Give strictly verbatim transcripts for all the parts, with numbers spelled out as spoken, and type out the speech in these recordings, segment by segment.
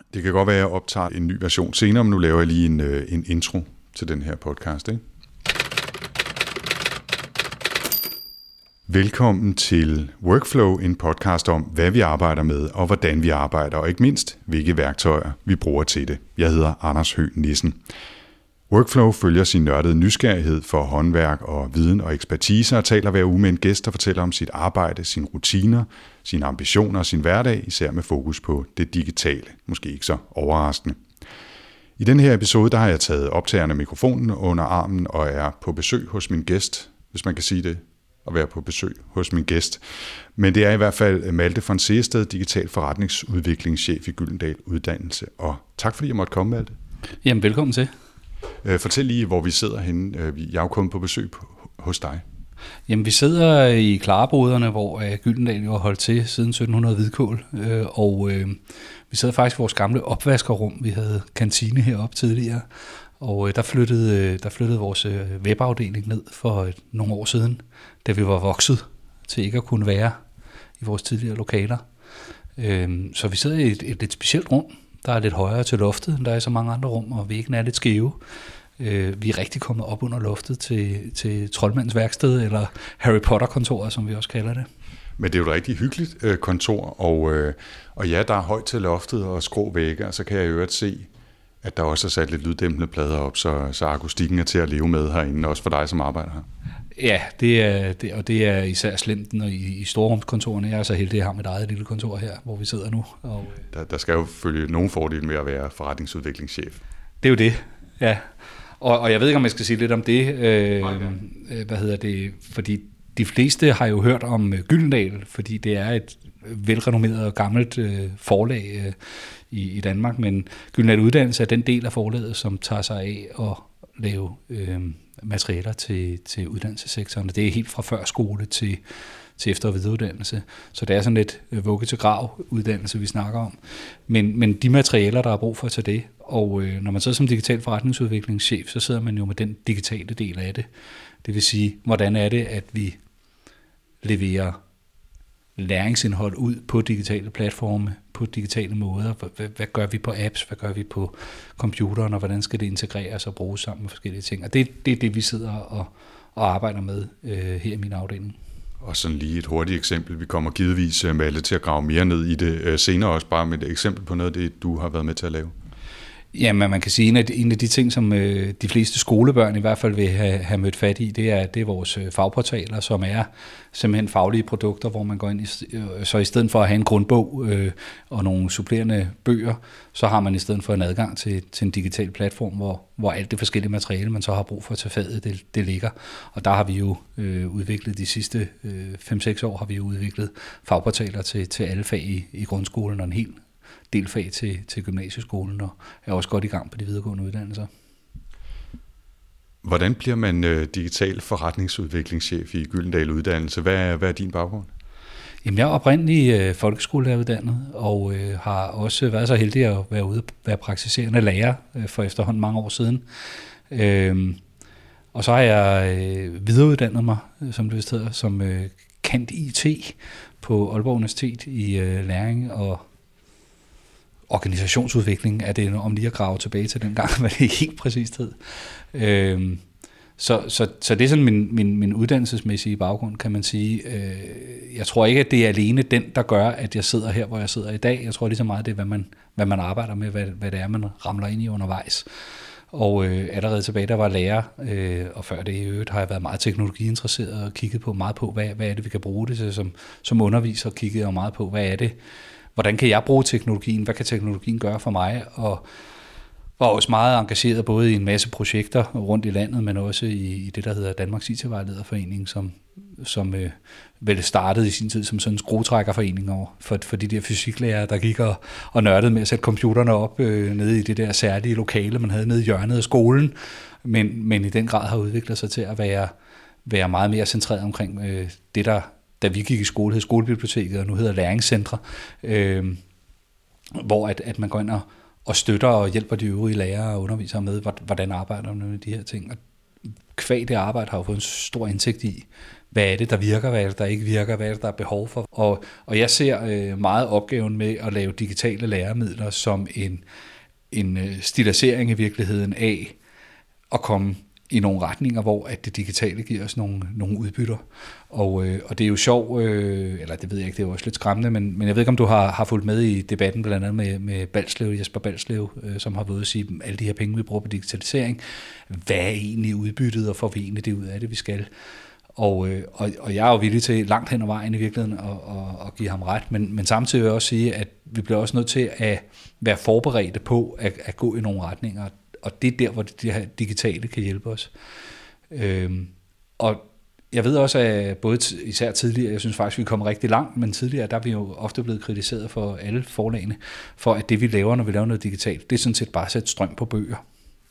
Det kan godt være, at jeg optager en ny version senere, men nu laver jeg lige en, en intro til den her podcast. Ikke? Velkommen til Workflow, en podcast om, hvad vi arbejder med, og hvordan vi arbejder, og ikke mindst, hvilke værktøjer vi bruger til det. Jeg hedder Anders Høgh Nissen. Workflow følger sin nørdede nysgerrighed for håndværk og viden og ekspertise, og taler hver uge med en gæst, der fortæller om sit arbejde, sine rutiner, sine ambitioner og sin hverdag, især med fokus på det digitale. Måske ikke så overraskende. I denne her episode, der har jeg taget optagerne mikrofonen under armen og er på besøg hos min gæst, hvis man kan sige det, at være på besøg hos min gæst. Men det er i hvert fald Malte von Sehested, digital forretningsudviklingschef i Gyldendal Uddannelse. Og tak fordi jeg måtte komme, Malte. Jamen, velkommen til. Fortæl lige, hvor vi sidder henne. Jeg er jo kommet på besøg hos dig. Jamen, vi sidder i Klareboderne, hvor Gyldendal jo har holdt til siden sytten hundrede hvidkål. Og øh, vi sidder faktisk i vores gamle opvaskerrum. Vi havde kantine heroppe tidligere. Og øh, der, flyttede, der flyttede vores webafdeling ned for et, nogle år siden, da vi var vokset til ikke at kunne være i vores tidligere lokaler. Øh, så vi sidder i et, et lidt specielt rum. Der er lidt højere til loftet, end der er i så mange andre rum, og væggene er lidt skæve. Øh, vi er rigtig kommet op under loftet til, til Troldmandens værksted, eller Harry Potter-kontoret, som vi også kalder det. Men det er jo et rigtig hyggeligt øh, kontor, og, øh, og ja, der er højt til loftet og skrå vægge, og så kan jeg i øvrigt se, at der også er sat lidt lyddæmpende plader op, så, så akustikken er til at leve med herinde, også for dig, som arbejder her. Ja, det er, det, og det er især slemt når i, i storrumskontorerne. Jeg er så heldig, at jeg har mit eget lille kontor her, hvor vi sidder nu. Og, der, der skal jo følge nogen fordel med at være forretningsudviklingschef. Det er jo det, ja. Og, og jeg ved ikke, om jeg skal sige lidt om det. Øh, hvad hedder det? Fordi de fleste har jo hørt om Gyldendal, fordi det er et velrenommeret og gammelt øh, forlag øh, i, i Danmark, men Gyldendal Uddannelse er den del af forlaget, som tager sig af at lave øh, materialer til, til uddannelsessektoren. Det er helt fra førskole til, til efter- og videreuddannelse. Så det er sådan lidt vugge til grav uddannelse, vi snakker om. Men, men de materialer, der er brug for til det, og øh, når man sidder som digital forretningsudviklingschef, så sidder man jo med den digitale del af det. Det vil sige, hvordan er det, at vi leverer læringsindhold ud på digitale platforme, på digitale måder. Hvad, hvad gør vi på apps? Hvad gør vi på computeren? Og hvordan skal det integreres og bruges sammen med forskellige ting? Og det, det er det, vi sidder og, og arbejder med øh, her i min afdeling. Og sådan lige et hurtigt eksempel. Vi kommer givetvis med alle til at grave mere ned i det øh, senere også, bare med et eksempel på noget af det, du har været med til at lave. Jamen, man kan sige, at en af de ting, som øh, de fleste skolebørn i hvert fald vil have, have mødt fat i, det er, det er vores øh, fagportaler, som er simpelthen faglige produkter, hvor man går ind i, øh, så i stedet for at have en grundbog øh, og nogle supplerende bøger, så har man i stedet for en adgang til, til en digital platform, hvor, hvor alt det forskellige materiale, man så har brug for til faget, det, det ligger. Og der har vi jo øh, udviklet de sidste øh, fem seks år, har vi jo udviklet fagportaler til, til alle fag i, i grundskolen og en hel delfag til, til gymnasieskolen, og er også godt i gang på de videregående uddannelser. Hvordan bliver man uh, digital forretningsudviklingschef i Gyldendal Uddannelse? Hvad er, hvad er din baggrund? Jamen, jeg er oprindelig uh, folkeskoleuddannet, og uh, har også været så heldig at være ude og være praktiserende lærer uh, for efterhånden mange år siden. Uh, og så har jeg uh, videreuddannet mig, som det vist hedder, som uh, cand. I T på Aalborg Universitet i uh, læring og organisationsudvikling, er det om lige at grave tilbage til den gang, hvad det helt præcist hed. Øhm, så, så, så det er sådan min, min, min uddannelsesmæssige baggrund, kan man sige. Øh, jeg tror ikke, at det er alene den, der gør, at jeg sidder her, hvor jeg sidder i dag. Jeg tror lige så meget, det er, hvad man, hvad man arbejder med, hvad, hvad det er, man ramler ind i undervejs. Og øh, allerede tilbage, der var lærer, øh, og før det i øvrigt, har jeg været meget teknologiinteresseret og kigget på meget på, hvad, hvad er det, vi kan bruge det til. Som, som underviser kiggede jeg meget på, hvad er det, hvordan kan jeg bruge teknologien? Hvad kan teknologien gøre for mig? Og var også meget engageret både i en masse projekter rundt i landet, men også i, i det, der hedder Danmarks I T-vejlederforening, som, som øh, vel startede i sin tid som sådan en skruetrækkerforening over for, for de der fysiklærere, der gik og, og nørdede med at sætte computerne op øh, nede i det der særlige lokale, man havde nede i hjørnet af skolen, men, men i den grad har udviklet sig til at være, være meget mere centreret omkring øh, det, der da vi gik i skole, hed skolebiblioteket, og nu hedder læringscentre, øh, hvor at, at man går ind og, og støtter og hjælper de øvrige lærere og undervisere med, hvordan arbejder man med de her ting. Og kvæg det arbejde har jo fået en stor indsigt i, hvad er det, der virker, hvad er det, der ikke virker, hvad er det, der er behov for. Og, og jeg ser øh, meget opgaven med at lave digitale læremidler som en, en øh, stilisering i virkeligheden af at komme i nogle retninger, hvor at det digitale giver os nogle, nogle udbytter. Og, øh, og det er jo sjovt, øh, eller det ved jeg ikke, det er jo også lidt skræmmende, men, men jeg ved ikke, om du har, har fulgt med i debatten, blandt andet med, med Balslev, Jesper Balslev, øh, som har været at sige, alle de her penge, vi bruger på digitalisering, hvad er egentlig udbyttet, og får vi egentlig det ud af det, vi skal? Og, øh, og, og jeg er jo villig til langt hen ad vejen i virkeligheden at, at, at give ham ret, men, men samtidig vil jeg også sige, at vi bliver også nødt til at være forberedte på at, at gå i nogle retninger, og det er der, hvor det, det her digitale kan hjælpe os. Øhm, og jeg ved også, at både t- især tidligere, jeg synes faktisk, vi kommer rigtig langt, men tidligere, der er vi jo ofte blevet kritiseret for alle forlagene, for at det, vi laver, når vi laver noget digitalt, det er sådan set bare at sætte strøm på bøger.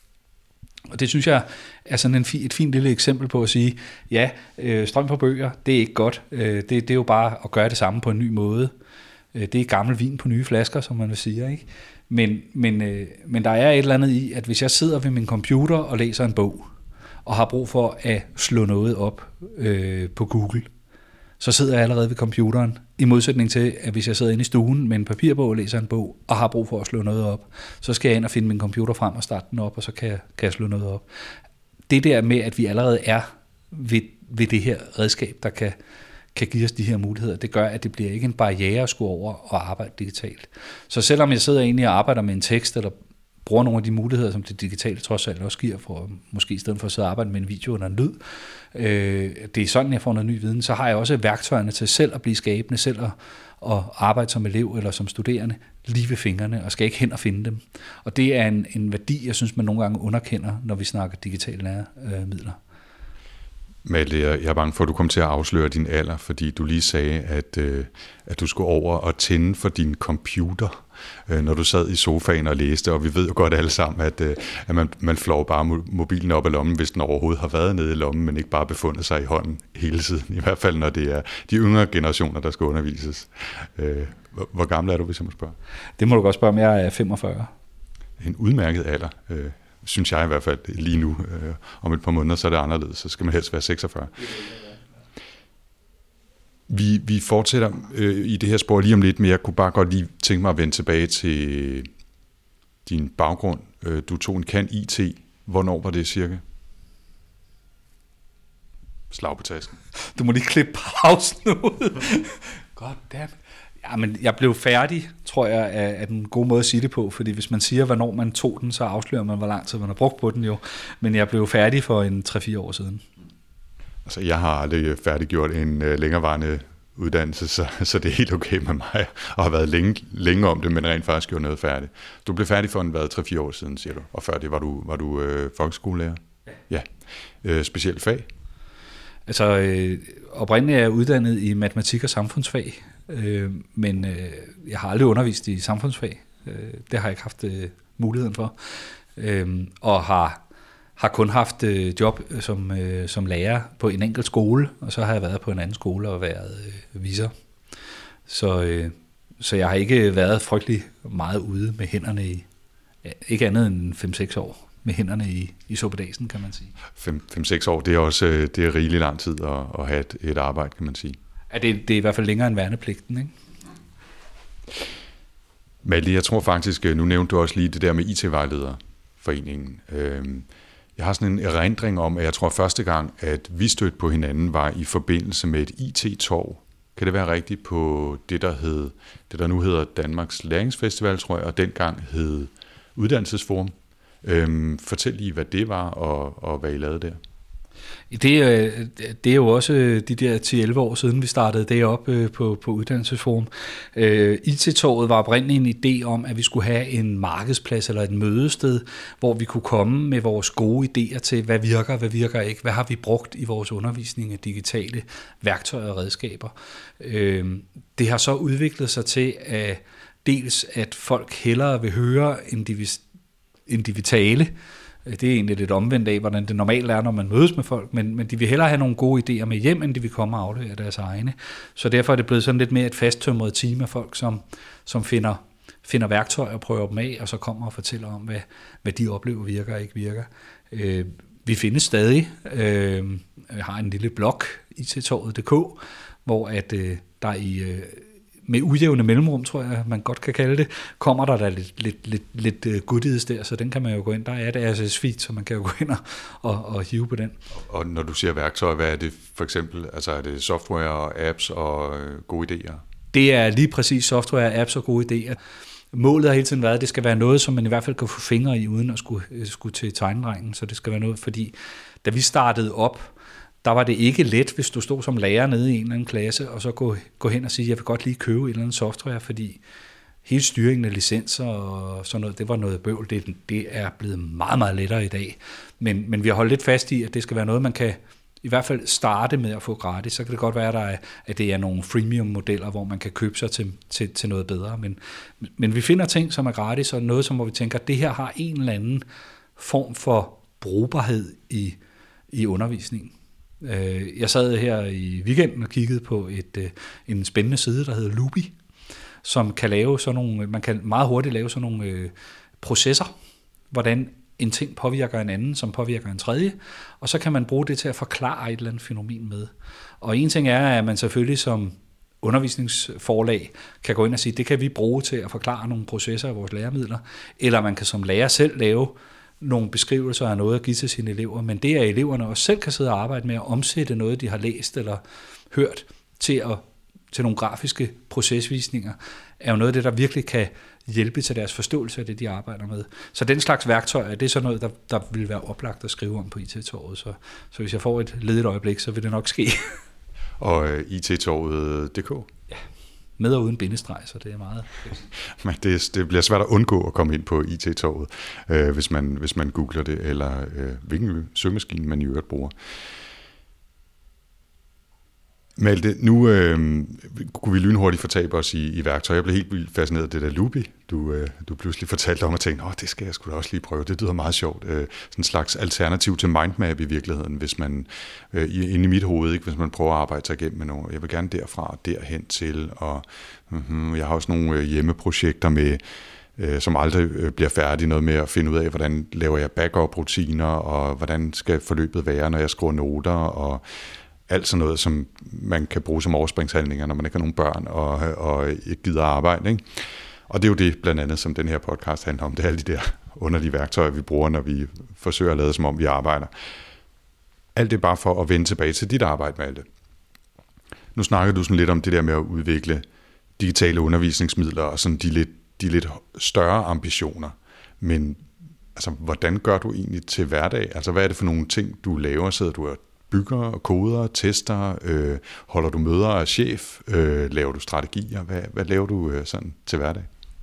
Og det synes jeg er sådan en fi, et fint lille eksempel på at sige, ja, øh, strøm på bøger, det er ikke godt. Øh, det, det er jo bare at gøre det samme på en ny måde. Øh, det er gammel vin på nye flasker, som man vil sige, ikke? Men, men, øh, men der er et eller andet i, at hvis jeg sidder ved min computer og læser en bog, og har brug for at slå noget op øh, på Google, så sidder jeg allerede ved computeren, i modsætning til, at hvis jeg sidder inde i stuen med en papirbog og læser en bog, og har brug for at slå noget op, så skal jeg ind og finde min computer frem og starte den op, og så kan jeg, kan jeg slå noget op. Det der med, at vi allerede er ved, ved det her redskab, der kan, kan give os de her muligheder, det gør, at det bliver ikke en barriere at skulle over og arbejde digitalt. Så selvom jeg sidder egentlig og arbejder med en tekst, eller bruger nogle af de muligheder, som det digitale trods alt også giver, for måske i stedet for at sidde og arbejde med en video eller en lyd, øh, det er sådan, jeg får noget ny viden, så har jeg også værktøjerne til selv at blive skabende, selv at, at arbejde som elev eller som studerende lige ved fingrene, og skal ikke hen og finde dem. Og det er en, en værdi, jeg synes, man nogle gange underkender, når vi snakker digitale læremidler. Malte, jeg er bange for, at du kommer til at afsløre din alder, fordi du lige sagde, at, øh, at du skulle over og tænde for din computer, øh, når du sad i sofaen og læste, og vi ved jo godt alle sammen, at, øh, at man, man flår bare mobilen op af lommen, hvis den overhovedet har været nede i lommen, men ikke bare befundet sig i hånden hele tiden, i hvert fald når det er de yngre generationer, der skal undervises. Øh, hvor, hvor gammel er du, hvis jeg må spørge? Det må du godt spørge, om jeg er femogfyrre. En udmærket alder. Øh. Synes jeg i hvert fald lige nu. Øh, om et par måneder, så er det anderledes. Så skal man helst være seksogfyrre. Vi, vi fortsætter øh, i det her spor lige om lidt, men jeg kunne bare godt lige tænke mig at vende tilbage til din baggrund. Øh, du tog en cand I T. Hvornår var det cirka? Slag på tasken. Du må lige klippe pausen ud. God damn. Ja, men jeg blev færdig, tror jeg, er, er den gode måde at sige det på, fordi hvis man siger, hvornår man tog den, så afslører man, hvor lang tid man har brugt på den jo. Men jeg blev færdig for en tre fire år siden. Altså, jeg har aldrig færdiggjort en uh, længerevarende uddannelse, så, så det er helt okay med mig, og har været længe, længe om det, men rent faktisk gjort noget færdigt. Du blev færdig for en hvad, tre fire år siden, siger du, og før det var du, var du øh, folkeskolelærer? Ja. Ja. Øh, specielt fag? Altså, øh, oprindeligt er jeg uddannet i matematik og samfundsfag, øh, men øh, jeg har aldrig undervist i samfundsfag. Øh, det har jeg ikke haft øh, muligheden for, øh, og har, har kun haft øh, job som, øh, som lærer på en enkelt skole, og så har jeg været på en anden skole og været øh, viser. Så, øh, så jeg har ikke været frygtelig meget ude med hænderne i, ikke andet end fem seks år. Med hænderne i, i suppedasen, kan man sige. fem seks år, det er også det er rigelig lang tid at, at have et, et arbejde, kan man sige. Ja, det, det er i hvert fald længere end værnepligten, ikke? Malte, jeg tror faktisk, nu nævnte du også lige det der med I T-vejlederforeningen. Jeg har sådan en erindring om, at jeg tror første gang, at vi stødte på hinanden, var i forbindelse med et I T-torv. Kan det være rigtigt på det, der hed, det der nu hedder Danmarks Læringsfestival, tror jeg, og dengang hed Uddannelsesforum. Øhm, fortæl lige, hvad det var, og, og hvad I lavede der. Det, det er jo også de der ti elleve år siden, vi startede det op på, på Uddannelsesforum. I T-torvet var oprindeligt en idé om, at vi skulle have en markedsplads eller et mødested, hvor vi kunne komme med vores gode idéer til, hvad virker, hvad virker ikke, hvad har vi brugt i vores undervisning af digitale værktøjer og redskaber. Det har så udviklet sig til, at dels at folk hellere vil høre, end de vil end de vil tale. Det er egentlig lidt omvendt af, hvordan det normalt er, når man mødes med folk, men, men de vil hellere have nogle gode idéer med hjem, end de vil komme og aflevere deres egne. Så derfor er det blevet sådan lidt mere et fasttømret team af folk, som, som finder, finder værktøjer og prøver dem af, og så kommer og fortæller om, hvad, hvad de oplever virker og ikke virker. Øh, vi findes stadig. Øh, jeg har en lille blog, I T torvet punktum d k, hvor at, øh, der i... Øh, med ujævne mellemrum, tror jeg, man godt kan kalde det, kommer der da lidt, lidt, lidt, lidt goodies der, så den kan man jo gå ind. Der er et R S S-feed, så man kan jo gå ind og, og, og hive på den. Og når du siger værktøj, hvad er det for eksempel? Altså er det software og apps og gode idéer? Det er lige præcis software, apps og gode idéer. Målet har hele tiden været, at det skal være noget, som man i hvert fald kan få fingre i, uden at skulle, skulle til tegnedrengen. Så det skal være noget, fordi da vi startede op, der var det ikke let, hvis du stod som lærer nede i en eller anden klasse, og så gå, gå hen og sige, jeg vil godt lige købe et eller andet software, fordi hele styringen af licenser og sådan noget, det var noget bøvl. Det, det er blevet meget, meget lettere i dag. Men, men vi har holdt lidt fast i, at det skal være noget, man kan i hvert fald starte med at få gratis. Så kan det godt være, at, der er, at det er nogle freemium-modeller, hvor man kan købe sig til, til, til noget bedre. Men, men vi finder ting, som er gratis, og noget, som hvor vi tænker, at det her har en eller anden form for brugbarhed i, i undervisningen. Jeg sad her i weekenden og kiggede på et, en spændende side, der hedder Luby, som kan lave sådan nogle, man kan meget hurtigt lave sådan nogle øh, processer, hvordan en ting påvirker en anden, som påvirker en tredje, og så kan man bruge det til at forklare et eller andet fænomen med. Og en ting er, at man selvfølgelig som undervisningsforlag kan gå ind og sige, det kan vi bruge til at forklare nogle processer af vores læremidler, eller man kan som lærer selv lave nogle beskrivelser af noget at give til sine elever, men det er, at eleverne også selv kan sidde og arbejde med at omsætte noget, de har læst eller hørt, til, at, til nogle grafiske procesvisninger, er jo noget af det, der virkelig kan hjælpe til deres forståelse af det, de arbejder med. Så den slags værktøjer, det er sådan noget, der, der vil være oplagt at skrive om på I T-torvet, så, så hvis jeg får et ledigt øjeblik, så vil det nok ske. Og uh, I T torvet punktum d k? Ja. Med og uden bindestreg, så det er meget. Men det, det bliver svært at undgå at komme ind på I T-torvet, øh, hvis, man, hvis man googler det, eller øh, hvilken søgemaskine man i øvrigt bruger. Malte, nu øh, kunne vi lynhurtigt fortabe os i, i værktøj. Jeg blev helt vildt fascineret af det der Luby, du, øh, du pludselig fortalte om, og tænkte, åh, det skal jeg sgu da også lige prøve. Det lyder meget sjovt. Øh, sådan en slags alternativ til mindmap i virkeligheden, hvis man, øh, inde i mit hoved, ikke, hvis man prøver at arbejde sig igennem med noget. Jeg vil gerne derfra og derhen til, og øh, jeg har også nogle hjemmeprojekter med, øh, som aldrig øh, bliver færdige, noget med at finde ud af, hvordan laver jeg backup-rutiner, og hvordan skal forløbet være, når jeg skriver noter, og alt sådan noget, som man kan bruge som overspringshandlinger, når man ikke har nogen børn og, og ikke gider arbejde. Ikke? Og det er jo det, blandt andet, som den her podcast handler om. Det er alle de der underlige værktøjer, vi bruger, når vi forsøger at lade, som om vi arbejder. Alt det er bare for at vende tilbage til dit arbejde med alt det. Nu snakker du sådan lidt om det der med at udvikle digitale undervisningsmidler og sådan de lidt, de lidt større ambitioner. Men altså, hvordan gør du egentlig til hverdag? Altså, hvad er det for nogle ting, du laver? Sidder du og bygger, koder, tester, øh, holder du møder af chef, øh, laver du strategier, hvad, hvad laver du øh, sådan til hverdag?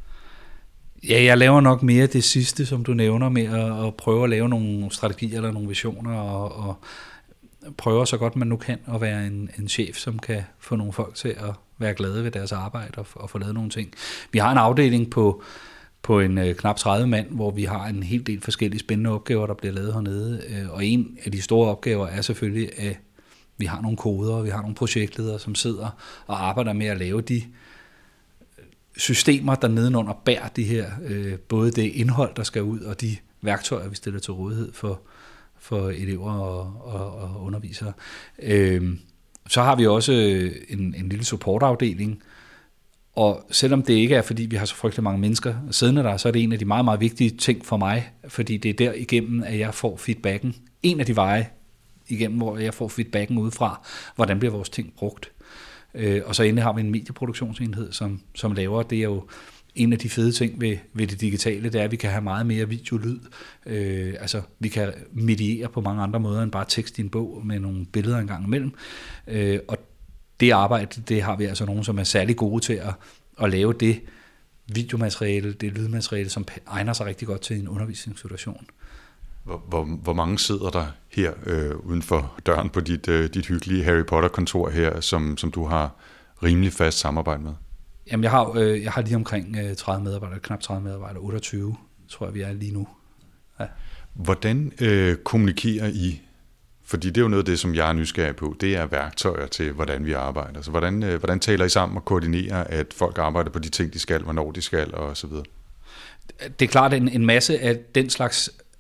Ja, jeg laver nok mere det sidste, som du nævner, med at, at prøve at lave nogle strategier eller nogle visioner, og, og prøve så godt man nu kan at være en, en chef, som kan få nogle folk til at være glade ved deres arbejde og, og få lavet nogle ting. Vi har en afdeling på på en øh, knap tredive mand, hvor vi har en hel del forskellige spændende opgaver, der bliver lavet hernede. Øh, og en af de store opgaver er selvfølgelig, at vi har nogle koder, vi har nogle projektledere, som sidder og arbejder med at lave de systemer, der nedenunder bærer de her, øh, både det indhold, der skal ud, og de værktøjer, vi stiller til rådighed for, for elever og, og, og undervisere. Øh, så har vi også en, en lille supportafdeling, og selvom det ikke er, fordi vi har så frygtelig mange mennesker siddende der, så er det en af de meget, meget vigtige ting for mig, fordi det er der igennem, at jeg får feedbacken. En af de veje igennem, hvor jeg får feedbacken udefra, hvordan bliver vores ting brugt. Øh, og så endelig har vi en medieproduktionsenhed, som, som laver, det er jo en af de fede ting ved, ved det digitale, det er, at vi kan have meget mere video-lyd. Øh, altså, vi kan mediere på mange andre måder, end bare tekst i en bog med nogle billeder en gang imellem. Øh, og det arbejde, det har vi altså nogen, som er særlig gode til at, at lave det videomateriale, det lydmateriale, som egner sig rigtig godt til en undervisningssituation. Hvor, hvor, hvor mange sidder der her øh, uden for døren på dit, øh, dit hyggelige Harry Potter-kontor her, som, som du har rimelig fast samarbejde med? Jamen, jeg har, øh, jeg har lige omkring øh, tredive medarbejdere, knap tredive medarbejdere, otteogtyve, tror jeg, vi er lige nu. Ja. Hvordan øh, kommunikerer I? Fordi det er jo noget af det, som jeg er nysgerrig på. Det er værktøjer til, hvordan vi arbejder. Så hvordan, øh, hvordan taler I sammen og koordinerer, at folk arbejder på de ting, de skal, hvornår de skal, og så videre? Det er klart, at en, en masse af den slags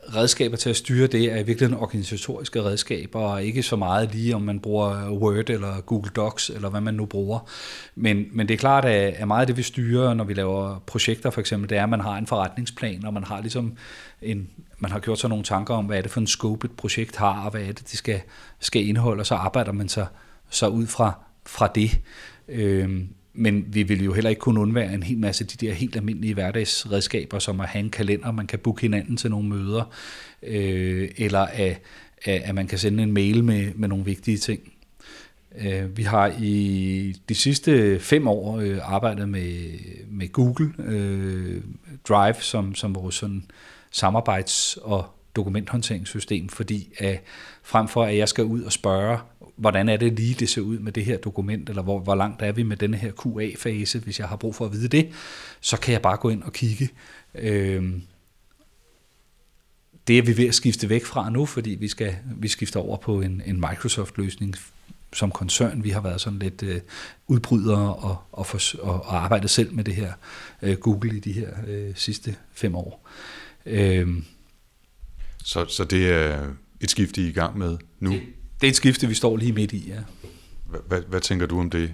redskaber til at styre det er i virkeligheden organisatoriske redskaber, og ikke så meget lige, om man bruger Word eller Google Docs, eller hvad man nu bruger. Men, men det er klart, at meget af det, vi styrer, når vi laver projekter for eksempel, det er, at man har en forretningsplan, og man har ligesom en, man har gjort sig nogle tanker om, hvad er det for en scope, et projekt har, og hvad er det, det skal, skal indeholde, og så arbejder man sig, sig ud fra, fra det. Øhm, Men vi vil jo heller ikke kunne undvære en hel masse af de der helt almindelige hverdagsredskaber, som at have en kalender, man kan booke hinanden til nogle møder, øh, eller at, at man kan sende en mail med, med nogle vigtige ting. Øh, vi har i de sidste fem år øh, arbejdet med, med Google øh, Drive som, som vores sådan samarbejds- og dokumenthåndteringssystem, fordi at frem for at jeg skal ud og spørge, hvordan er det lige, det ser ud med det her dokument, eller hvor, hvor langt er vi med denne her Q A-fase, hvis jeg har brug for at vide det, så kan jeg bare gå ind og kigge. Øhm, det er vi ved at skifte væk fra nu, fordi vi skal vi skifter over på en, en Microsoft-løsning som koncern. Vi har været sådan lidt øh, udbrydere og, og, for, og, og arbejdet selv med det her øh, Google i de her øh, sidste fem år. Øhm, så, så det er et skifte, I er i gang med nu? Det, det er et skifte, vi står lige midt i, ja. Hvad, hvad, hvad tænker du om det?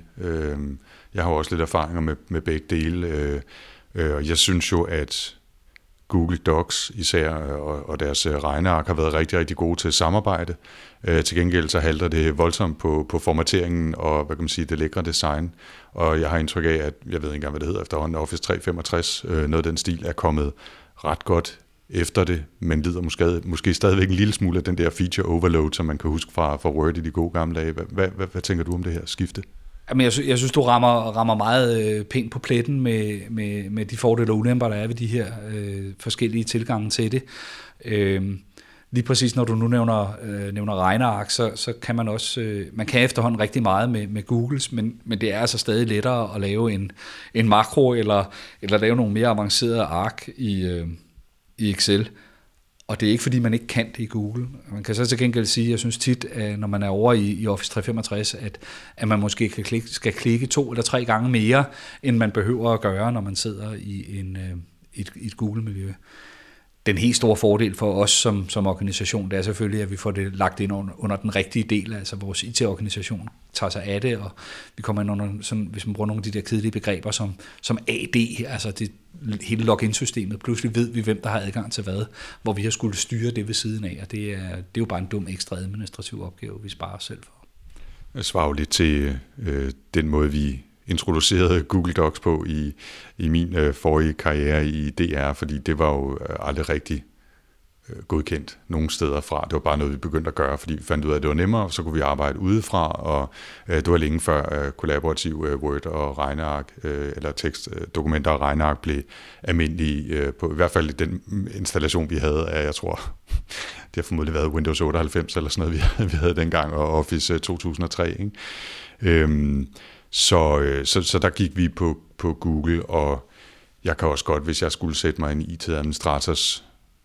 Jeg har også lidt erfaringer med, med begge dele, og jeg synes jo, at Google Docs især og, og deres regneark har været rigtig, rigtig gode til at samarbejde. Til gengæld så halter det voldsomt på, på formateringen og hvad kan man sige, det lækre design. Og jeg har indtryk af, at jeg ved ikke engang, hvad det hedder efterhånden, Office tre femogtres, noget af den stil er kommet ret godt efter det, men lider måske, måske stadigvæk en lille smule af den der feature overload, som man kan huske fra, fra Word i de gode gamle dage. Hvad, hvad, hvad, hvad tænker du om det her skifte? Jamen, jeg, synes, jeg synes, du rammer, rammer meget øh, pænt på pletten med, med, med de fordele og ulemper, der er ved de her øh, forskellige tilgange til det. Øh, lige præcis når du nu nævner, øh, nævner regneark, så, så kan man også, øh, man kan efterhånden rigtig meget med, med Googles, men, men det er altså stadig lettere at lave en, en makro, eller, eller lave nogle mere avancerede ark i øh, i Excel, og det er ikke fordi, man ikke kan det i Google. Man kan så til gengæld sige, jeg synes tit, at når man er over i, i Office tre femogtres, at, at man måske kan klikke, skal klikke to eller tre gange mere, end man behøver at gøre, når man sidder i en, et, et Google-miljø. Den helt store fordel for os som, som organisation, det er selvfølgelig, at vi får det lagt ind under, under den rigtige del, altså vores I T-organisation tager sig af det, og vi kommer ind under, sådan, hvis man bruger nogle af de der kedelige begreber som, som A D, altså det hele login-systemet, pludselig ved vi, hvem der har adgang til hvad, hvor vi har skulle styre det ved siden af, og det er, det er jo bare en dum ekstra administrativ opgave, vi sparer os selv for. Jeg svarer jo lidt til øh, den måde, vi introducerede Google Docs på i, i min øh, forrige karriere i D R, fordi det var jo øh, aldrig rigtig øh, godkendt nogen steder fra. Det var bare noget, vi begyndte at gøre, fordi vi fandt ud af, at det var nemmere, og så kunne vi arbejde udefra, og øh, det var længe før øh, kollaborativ øh, Word og regneark, øh, eller tekstdokumenter og regneark blev almindelige, øh, på i hvert fald den installation, vi havde af, jeg tror, det har formodentlig været Windows otteoghalvfems eller sådan noget, vi havde, vi havde dengang, og Office to tusind og tre, ikke? Øhm, Så, så, så der gik vi på, på Google, og jeg kan også godt, hvis jeg skulle sætte mig i en I T-administrators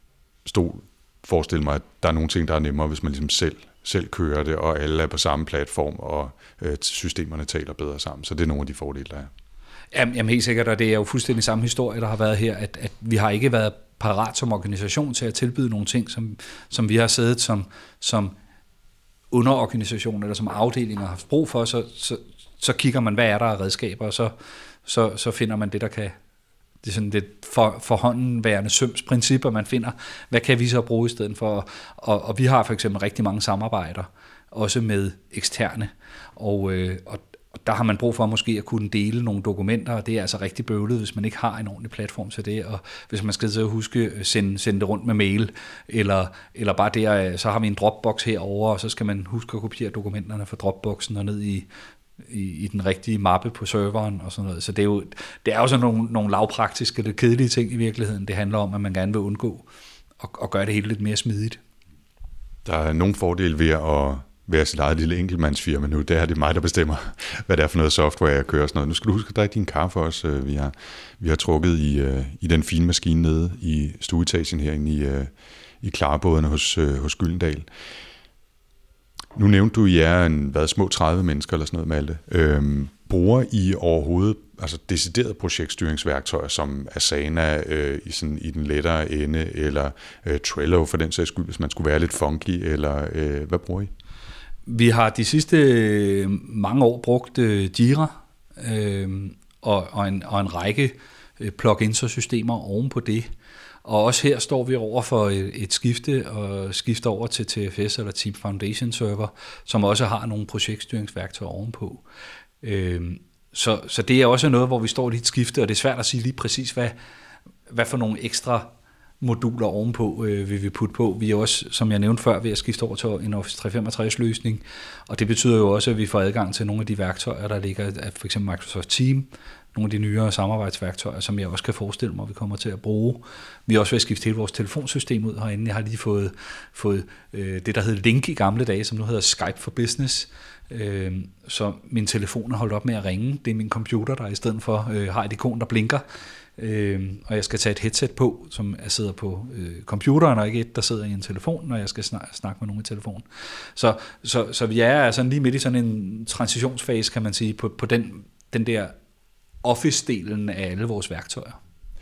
stol, forestille mig, at der er nogle ting, der er nemmere, hvis man ligesom selv, selv kører det, og alle er på samme platform, og øh, systemerne taler bedre sammen. Så det er nogle af de fordele, der er. Jamen helt sikkert, og det er jo fuldstændig samme historie, der har været her, at, at vi har ikke været parat som organisation til at tilbyde nogle ting, som, som vi har siddet som, som underorganisation eller som afdelinger har haft brug for, så, så så kigger man, hvad er der af redskaber, og så, så, så finder man det, der kan, det er sådan lidt for, forhåndenværende sømsprincipper, man finder, hvad kan vi så bruge i stedet for, og, og vi har for eksempel rigtig mange samarbejder, også med eksterne, og, øh, og, og der har man brug for måske at kunne dele nogle dokumenter, og det er altså rigtig bøvlet, hvis man ikke har en ordentlig platform til det, og hvis man skal så huske sende, sende det rundt med mail, eller, eller bare der, så har vi en Dropbox herovre, og så skal man huske at kopiere dokumenterne fra Dropboxen og ned i I, i den rigtige mappe på serveren og sådan noget. Så det er jo, det er jo sådan nogle, nogle lavpraktiske, lidt kedelige ting i virkeligheden. Det handler om, at man gerne vil undgå at, at gøre det hele lidt mere smidigt. Der er nogle fordele ved at være sit eget lille enkeltmandsfirma nu. Det er det mig, der bestemmer, hvad det er for noget software, jeg kører og sådan noget. Nu skal du huske at drikke din kaffe også. Vi har, vi har trukket i, i den fine maskine nede i stueetagen herinde i, i Klarbådene hos, hos Gyldendal. Nu nævnte du, at I er en, hvad, små tredive mennesker eller sådan noget, Malte. Øhm, bruger I overhovedet altså deciderede projektstyringsværktøjer som Asana øh, i, sådan, i den lettere ende, eller øh, Trello for den sags skyld, hvis man skulle være lidt funky, eller øh, hvad bruger I? Vi har de sidste mange år brugt øh, Jira øh, og, og, en, og en række øh, plugins og systemer oven på det. Og også her står vi over for et, et skifte og skifte over til T F S eller Team Foundation Server, som også har nogle projektstyringsværktøjer ovenpå. Øh, så, så det er også noget, hvor vi står i et skifte, og det er svært at sige lige præcis, hvad, hvad for nogle ekstra moduler ovenpå øh, vil vi putte på. Vi er også, som jeg nævnte før, ved at skifte over til en Office tre femogtres løsning, og det betyder jo også, at vi får adgang til nogle af de værktøjer, der ligger, at for eksempel Microsoft Teams, nogle af de nyere samarbejdsværktøjer, som jeg også kan forestille mig, vi kommer til at bruge. Vi er også ved at skifte hele vores telefonsystem ud herinde. Jeg har lige fået, fået øh, det, der hed Link i gamle dage, som nu hedder Skype for Business. Øh, så min telefon er holdt op med at ringe. Det er min computer, der i stedet for øh, har et ikon, der blinker. Øh, og jeg skal tage et headset på, som jeg sidder på øh, computeren, og ikke et, der sidder i en telefon, når jeg skal snak, snakke med nogen i telefon. Så, så, så vi er altså lige midt i sådan en transitionsfase, kan man sige, på, på den, den der Office-delen af alle vores værktøjer.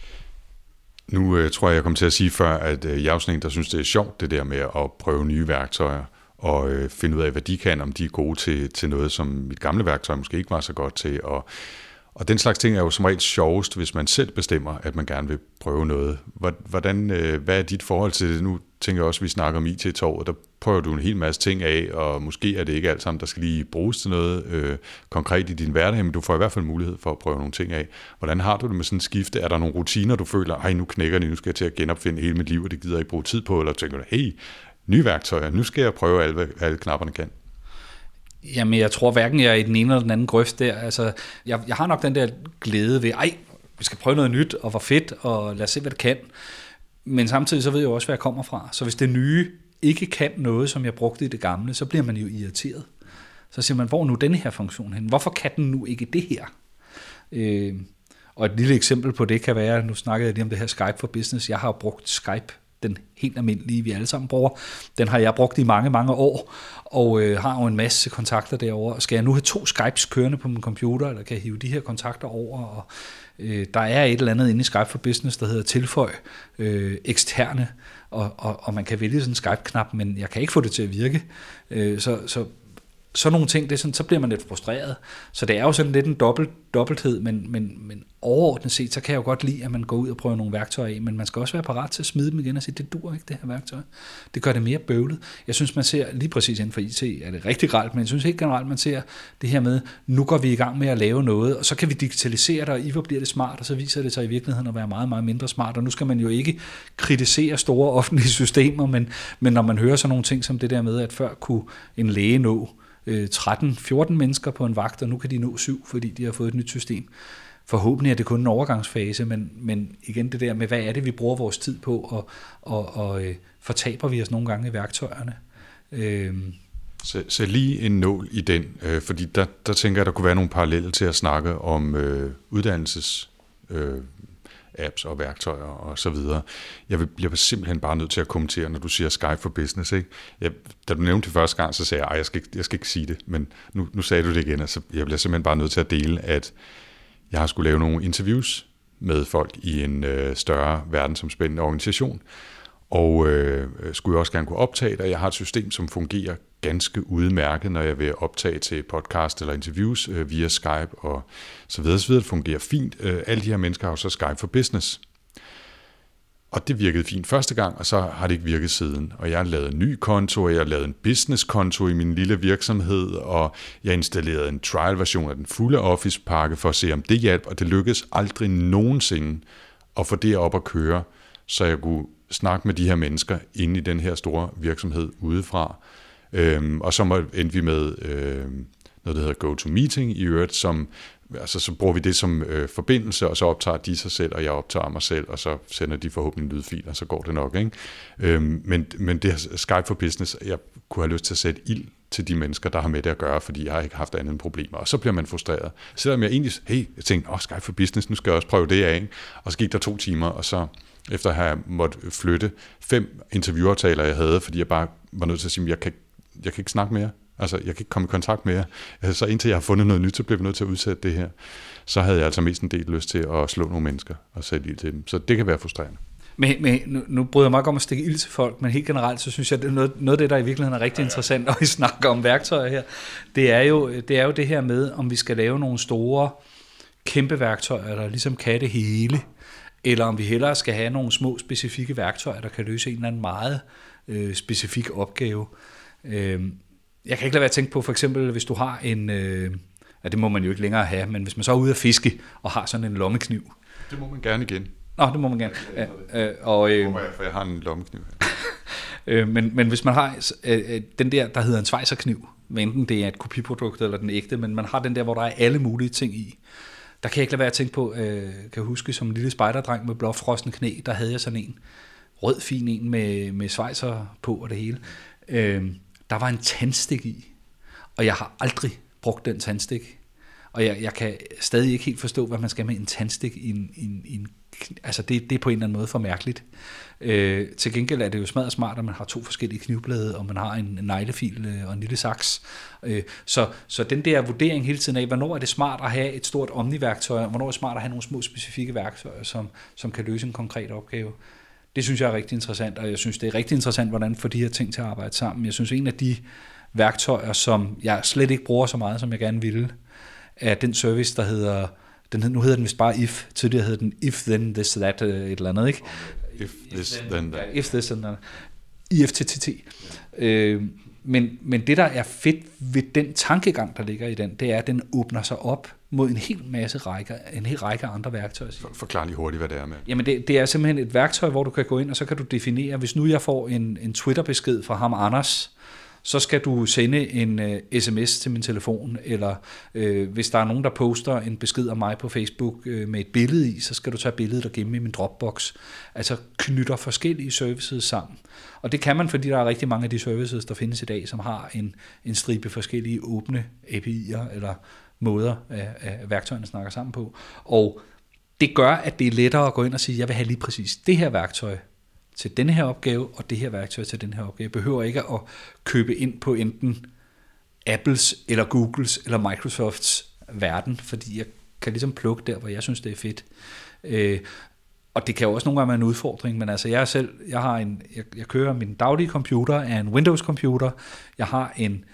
Nu øh, tror jeg, jeg kom til at sige før, at øh, jeg er sådan en, der synes, det er sjovt, det der med at prøve nye værktøjer, og øh, finde ud af, hvad de kan, om de er gode til, til noget, som mit gamle værktøj måske ikke var så godt til. Og, og den slags ting er jo som regel sjovest, hvis man selv bestemmer, at man gerne vil prøve noget. Hvordan, øh, hvad er dit forhold til det? Nu tænker jeg også, at vi snakker om I T-torvet, der prøver du en hel masse ting af, og måske er det ikke alt sammen, der skal lige bruges til noget øh, konkret i din hverdag, men du får i hvert fald mulighed for at prøve nogle ting af. Hvordan har du det med sådan en skifte? Er der nogle rutiner, du føler, hej, nu knækker det, nu skal jeg til at genopfinde hele mit liv, og det gider jeg ikke bruge tid på, eller tænker du, hey, nye værktøjer, nu skal jeg prøve alle, hvad alle knapperne kan? Jamen, jeg tror hverken jeg er i den ene eller den anden grøft der. Altså, jeg, jeg har nok den der glæde ved, ej, vi skal prøve noget nyt, og hvor fedt, og lad os se, hvad det kan. Men samtidig så ved jeg også, hvad jeg kommer fra. Så hvis det nye ikke kan noget, som jeg brugte i det gamle, så bliver man jo irriteret. Så siger man, hvor er nu denne her funktion hen? Hvorfor kan den nu ikke det her? Øh, og et lille eksempel på det kan være, nu snakkede jeg lige om det her Skype for Business. Jeg har brugt Skype, den helt almindelige, vi alle sammen bruger. Den har jeg brugt i mange, mange år, og øh, har jo en masse kontakter derovre. Skal jeg nu have to Skypes kørende på min computer, eller kan jeg hive de her kontakter over? Og, øh, der er et eller andet inde i Skype for Business, der hedder tilføj øh, eksterne, og, og, og man kan vælge sådan en Skype-knap, men jeg kan ikke få det til at virke. Øh, så, så sådan nogle ting, det er sådan, så bliver man lidt frustreret. Så det er jo sådan lidt en dobbelt, dobbelthed, men, men, men overordnet set, så kan jeg jo godt lide, at man går ud og prøver nogle værktøjer af, men man skal også være parat til at smide dem igen og sige, det dur ikke, det her værktøj. Det gør det mere bøvlet. Jeg synes, man ser, lige præcis inden for I T, er det rigtig grelt, men jeg synes helt generelt, man ser det her med, nu går vi i gang med at lave noget, og så kan vi digitalisere det, og I hvor bliver det smart, og så viser det sig i virkeligheden at være meget, meget mindre smart, og nu skal man jo ikke kritisere store offentlige systemer, men, men når man hører sådan nogle ting som det der med, at før kunne en læge nå tretten fjorten mennesker på en vagt, og nu kan de nå syv, fordi de har fået et nyt system. Forhåbentlig er det kun en overgangsfase, men, men igen det der med, hvad er det, vi bruger vores tid på, og, og, og øh, fortaber vi os nogle gange i værktøjerne. Øhm. Så, så lige en nål i den, øh, fordi der, der tænker jeg, der kunne være nogle paralleller til at snakke om øh, uddannelses øh, apps og værktøjer og så videre. Jeg vil, jeg bliver simpelthen bare nødt til at kommentere, når du siger Skype for Business. Ikke? Jeg, da du nævnte det første gang, så sagde jeg, at jeg skal, ikke, jeg skal ikke sige det, men nu, nu sagde du det igen, altså jeg bliver simpelthen bare nødt til at dele, at jeg har skulle lave nogle interviews med folk i en øh, større verdensomspændende organisation, og øh, skulle jeg også gerne kunne optage det. Jeg har et system, som fungerer ganske udmærket, når jeg vil optage til podcast eller interviews øh, via Skype og så videre, så videre. Det fungerer fint. Øh, alle de her mennesker har jo så Skype for Business. Og det virkede fint første gang, og så har det ikke virket siden. Og jeg har lavet en ny konto, og jeg har lavet en business-konto i min lille virksomhed, og jeg installerede en trial-version af den fulde Office-pakke for at se, om det hjalp, og det lykkedes aldrig nogensinde at få det op at køre, så jeg kunne snakke med de her mennesker inde i den her store virksomhed udefra. Øhm, og så endte vi med øhm, noget, der hedder GoToMeeting i øvrigt, som, altså så bruger vi det som øh, forbindelse, og så optager de sig selv, og jeg optager mig selv, og så sender de forhåbentlig en lydfil, og så går det nok. Ikke? Øhm, men, men det her Skype for Business, jeg kunne have lyst til at sætte ild til de mennesker, der har med det at gøre, fordi jeg har ikke haft andet problemer. Og så bliver man frustreret. Selvom jeg egentlig, hey, jeg tænkte, åh, Skype for Business, nu skal jeg også prøve det af. Ikke? Og så gik der to timer, og så efter at have måttet flytte fem interviewaftaler, jeg havde, fordi jeg bare var nødt til at sige, jeg kan, jeg kan ikke snakke mere. Altså, jeg kan ikke komme i kontakt med jer. Altså, så indtil jeg har fundet noget nyt, så bliver vi nødt til at udsætte det her. Så havde jeg altså mest en del lyst til at slå nogle mennesker og sætte ild til dem. Så det kan være frustrerende. Men, men nu, nu bryder jeg mig ikke om at stikke ild til folk, men helt generelt, så synes jeg, at noget, noget af det, der i virkeligheden er rigtig interessant, når vi snakker om værktøjer her, det er, jo, det er jo det her med, om vi skal lave nogle store, kæmpe værktøjer, der ligesom kan det hele, eller om vi hellere skal have nogle små, specifikke værktøjer, der kan løse en eller anden meget øh, specifik opgave. Øh, jeg kan ikke lade være at tænke på, for eksempel, hvis du har en, øh, ja, det må man jo ikke længere have, men hvis man så er ude at fiske, og har sådan en lommekniv. Det må man gerne igen. Nå, det må man gerne. Ja, øh, og, øh, jeg, for jeg har en lommekniv her. øh, men, men hvis man har øh, den der, der hedder en schweizerkniv, enten det er et kopiprodukt eller den ægte, men man har den der, hvor der er alle mulige ting i, der kan jeg ikke lade være at tænke på, øh, kan jeg huske, som en lille spejderdreng med blåfrosne knæ, der havde jeg sådan en rød, fin en med, med schweizer på og det hele. Øh, der var en tandstik i, og jeg har aldrig brugt den tandstik. Og jeg, jeg kan stadig ikke helt forstå, hvad man skal med en tandstik i en, i en, i en altså det, det er på en eller anden måde for mærkeligt. Øh, til gengæld er det jo smadret smart, at man har to forskellige knivblade, og man har en, en neglefil øh, og en lille saks. Øh, så, så den der vurdering hele tiden af, hvornår er det smart at have et stort omniværktøj, og hvornår er det smart at have nogle små specifikke værktøjer, som, som kan løse en konkret opgave. Det synes jeg er rigtig interessant, og jeg synes, det er rigtig interessant, hvordan får de her ting til at arbejde sammen. Jeg synes, en af de værktøjer, som jeg slet ikke bruger så meget, som jeg gerne ville, er den service, der hedder, den, nu hedder den vist bare if, tidligere hed den if, then this, that, et eller andet, ikke? If this, then that. Ja, if this, then that. I F T T T. Ja. Øh, men, men det, der er fedt ved den tankegang, der ligger i den, det er, at den åbner sig op mod en hel masse række, en hel række andre værktøjer. For, forklar lige hurtigt, hvad det er med. Jamen, det, det er simpelthen et værktøj, hvor du kan gå ind, og så kan du definere, hvis nu jeg får en, en Twitter-besked fra ham, Anders, så skal du sende en uh, sms til min telefon, eller uh, hvis der er nogen, der poster en besked af mig på Facebook uh, med et billede i, så skal du tage billedet og gemme i min Dropbox. Altså knytter forskellige services sammen. Og det kan man, fordi der er rigtig mange af de services, der findes i dag, som har en, en stribe forskellige åbne A P I'er, eller måder, at værktøjerne snakker sammen på. Og det gør, at det er lettere at gå ind og sige, jeg vil have lige præcis det her værktøj til denne her opgave, og det her værktøj til den her opgave. Jeg behøver ikke at købe ind på enten Apples, eller Googles, eller Microsofts verden, fordi jeg kan ligesom plukke der, hvor jeg synes, det er fedt. Øh, og det kan jo også nogle gange være en udfordring, men altså jeg selv, jeg har en, jeg, jeg kører min daglige computer af en Windows-computer, jeg har en,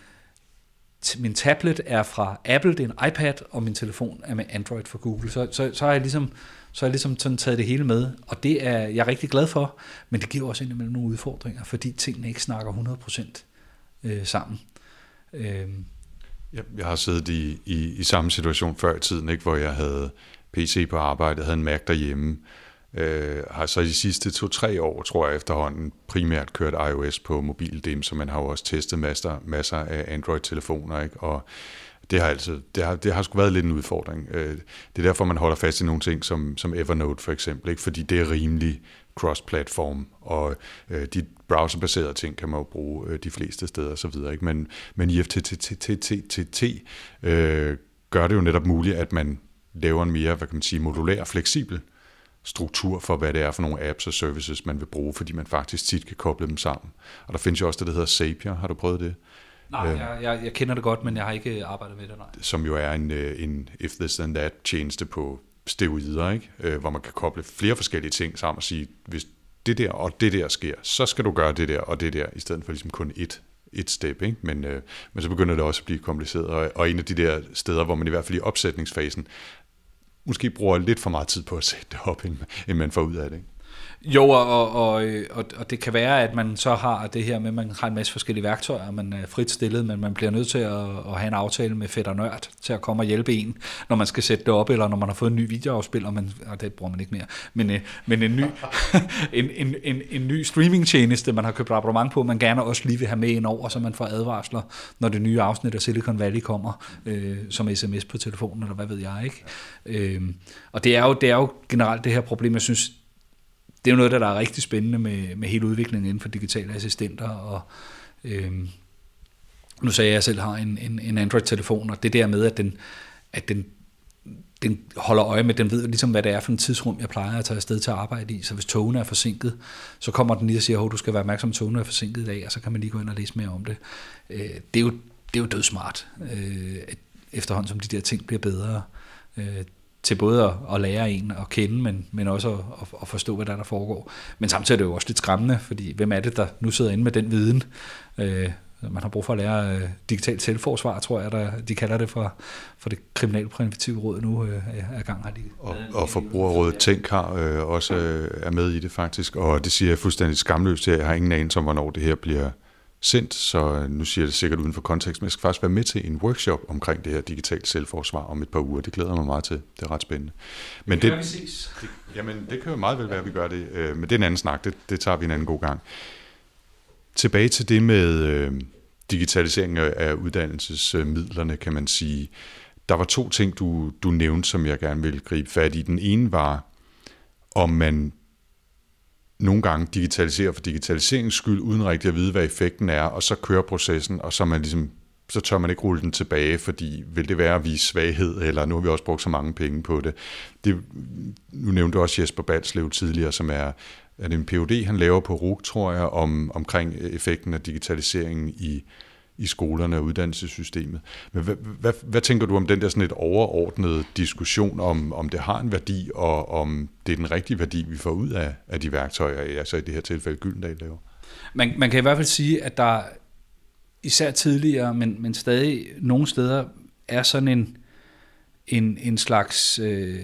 min tablet er fra Apple, det er en iPad, og min telefon er med Android fra Google, så, så, så har jeg ligesom så har jeg ligesom sådan taget det hele med, og det er jeg er rigtig glad for, men det giver også indimellem nogle udfordringer, fordi tingene ikke snakker hundrede procent øh, sammen. Øh. Jeg, jeg har siddet i, i, i samme situation før i tiden, ikke, hvor jeg havde P C på arbejde, havde en Mac derhjemme, øh, har så de sidste to-tre år, tror jeg efterhånden, primært kørt iOS på mobildem, så man har jo også testet masser, masser af Android-telefoner, ikke, og Det har, altså, det, har, det har sgu været lidt en udfordring. Det er derfor, man holder fast i nogle ting som, som Evernote for eksempel, ikke? Fordi det er rimelig cross-platform, og øh, de browserbaserede ting kan man jo bruge øh, de fleste steder osv. Men, men I F T T T øh, gør det jo netop muligt, at man laver en mere, hvad kan man sige, modulær, fleksibel struktur for, hvad det er for nogle apps og services, man vil bruge, fordi man faktisk tit kan koble dem sammen. Og der findes jo også det, der hedder Zapier. Har du prøvet det? Nej, jeg, jeg, jeg kender det godt, men jeg har ikke arbejdet med det, nej. Som jo er en, en if this then that tjeneste på steroider, ikke? Hvor man kan koble flere forskellige ting sammen og sige, hvis det der og det der sker, så skal du gøre det der og det der, i stedet for ligesom kun et, et step, ikke? Men, øh, men så begynder det også at blive kompliceret, og, og en af de der steder, hvor man i hvert fald i opsætningsfasen måske bruger lidt for meget tid på at sætte det op, end man får ud af det, ikke? Jo, og, og, og, og det kan være, at man så har det her med, at man har en masse forskellige værktøjer, man er frit stillet, men man bliver nødt til at, at have en aftale med Fætter Nørd til at komme og hjælpe en, når man skal sætte det op, eller når man har fået en ny videoafspiller, men, og det bruger man ikke mere, men, men en, ny, en, en, en, en ny streamingtjeneste, man har købt abonnement på, man gerne også lige vil have med ind over, så man får advarsler, når det nye afsnit af Silicon Valley kommer, øh, som sms på telefonen, eller hvad ved jeg, ikke? Øh, og det er, jo, det er jo generelt det her problem, jeg synes, det er jo noget, der er rigtig spændende med, med hele udviklingen inden for digitale assistenter, og øhm, nu sagde jeg, at jeg selv har en, en, en Android-telefon, og det der med, at den, at den, den holder øje med, den ved ligesom, hvad det er for en tidsrum, jeg plejer at tage afsted til at arbejde i, så hvis togene er forsinket, så kommer den lige og siger, at du skal være opmærksom, at togene er forsinket i dag, og så kan man lige gå ind og læse mere om det. Øh, det er jo det er jo dødsmart, øh, efterhånden som de der ting bliver bedre, øh, til både at, at lære en at kende, men, men også at, at forstå, hvad der, der foregår. Men samtidig er det jo også lidt skræmmende, fordi hvem er det, der nu sidder inde med den viden? Øh, man har brug for at lære øh, digitalt selvforsvar, tror jeg, der, de kalder det for, for det kriminalpræventive råd nu øh, er gang her. Og, og Forbrugerrådet Tænk har øh, også øh, er med i det faktisk, og det siger jeg fuldstændig skamløst til, jeg har ingen anelse om, hvornår det her bliver sendt, så nu siger jeg det sikkert uden for kontekst, men jeg skal faktisk være med til en workshop omkring det her digitalt selvforsvar om et par uger. Det glæder mig meget til. Det er ret spændende. Men det, det, det, det, jamen, det kan jo meget vel være, at vi gør det, øh, men det er en anden snak. Det, det tager vi en anden god gang. Tilbage til det med øh, digitalisering af uddannelsesmidlerne, kan man sige. Der var to ting, du, du nævnte, som jeg gerne vil gribe fat i. Den ene var, om man nogle gange digitaliserer for digitaliseringens skyld, uden rigtig at vide, hvad effekten er, og så kører processen, og så, man ligesom, så tør man ikke rulle den tilbage, fordi vil det være at vise svaghed, eller nu har vi også brugt så mange penge på det. det nu nævnte du også Jesper Balslev tidligere, som er, er det en P H D, han laver på R U C, tror jeg, om, omkring effekten af digitaliseringen i i skolerne og uddannelsessystemet. Men hvad, hvad, hvad tænker du om den der sådan et overordnet diskussion om, om det har en værdi, og om det er den rigtige værdi, vi får ud af, af de værktøjer, altså i det her tilfælde Gyldendal laver? Man, man kan i hvert fald sige, at der især tidligere, men, men stadig nogle steder, er sådan en, en, en slags øh,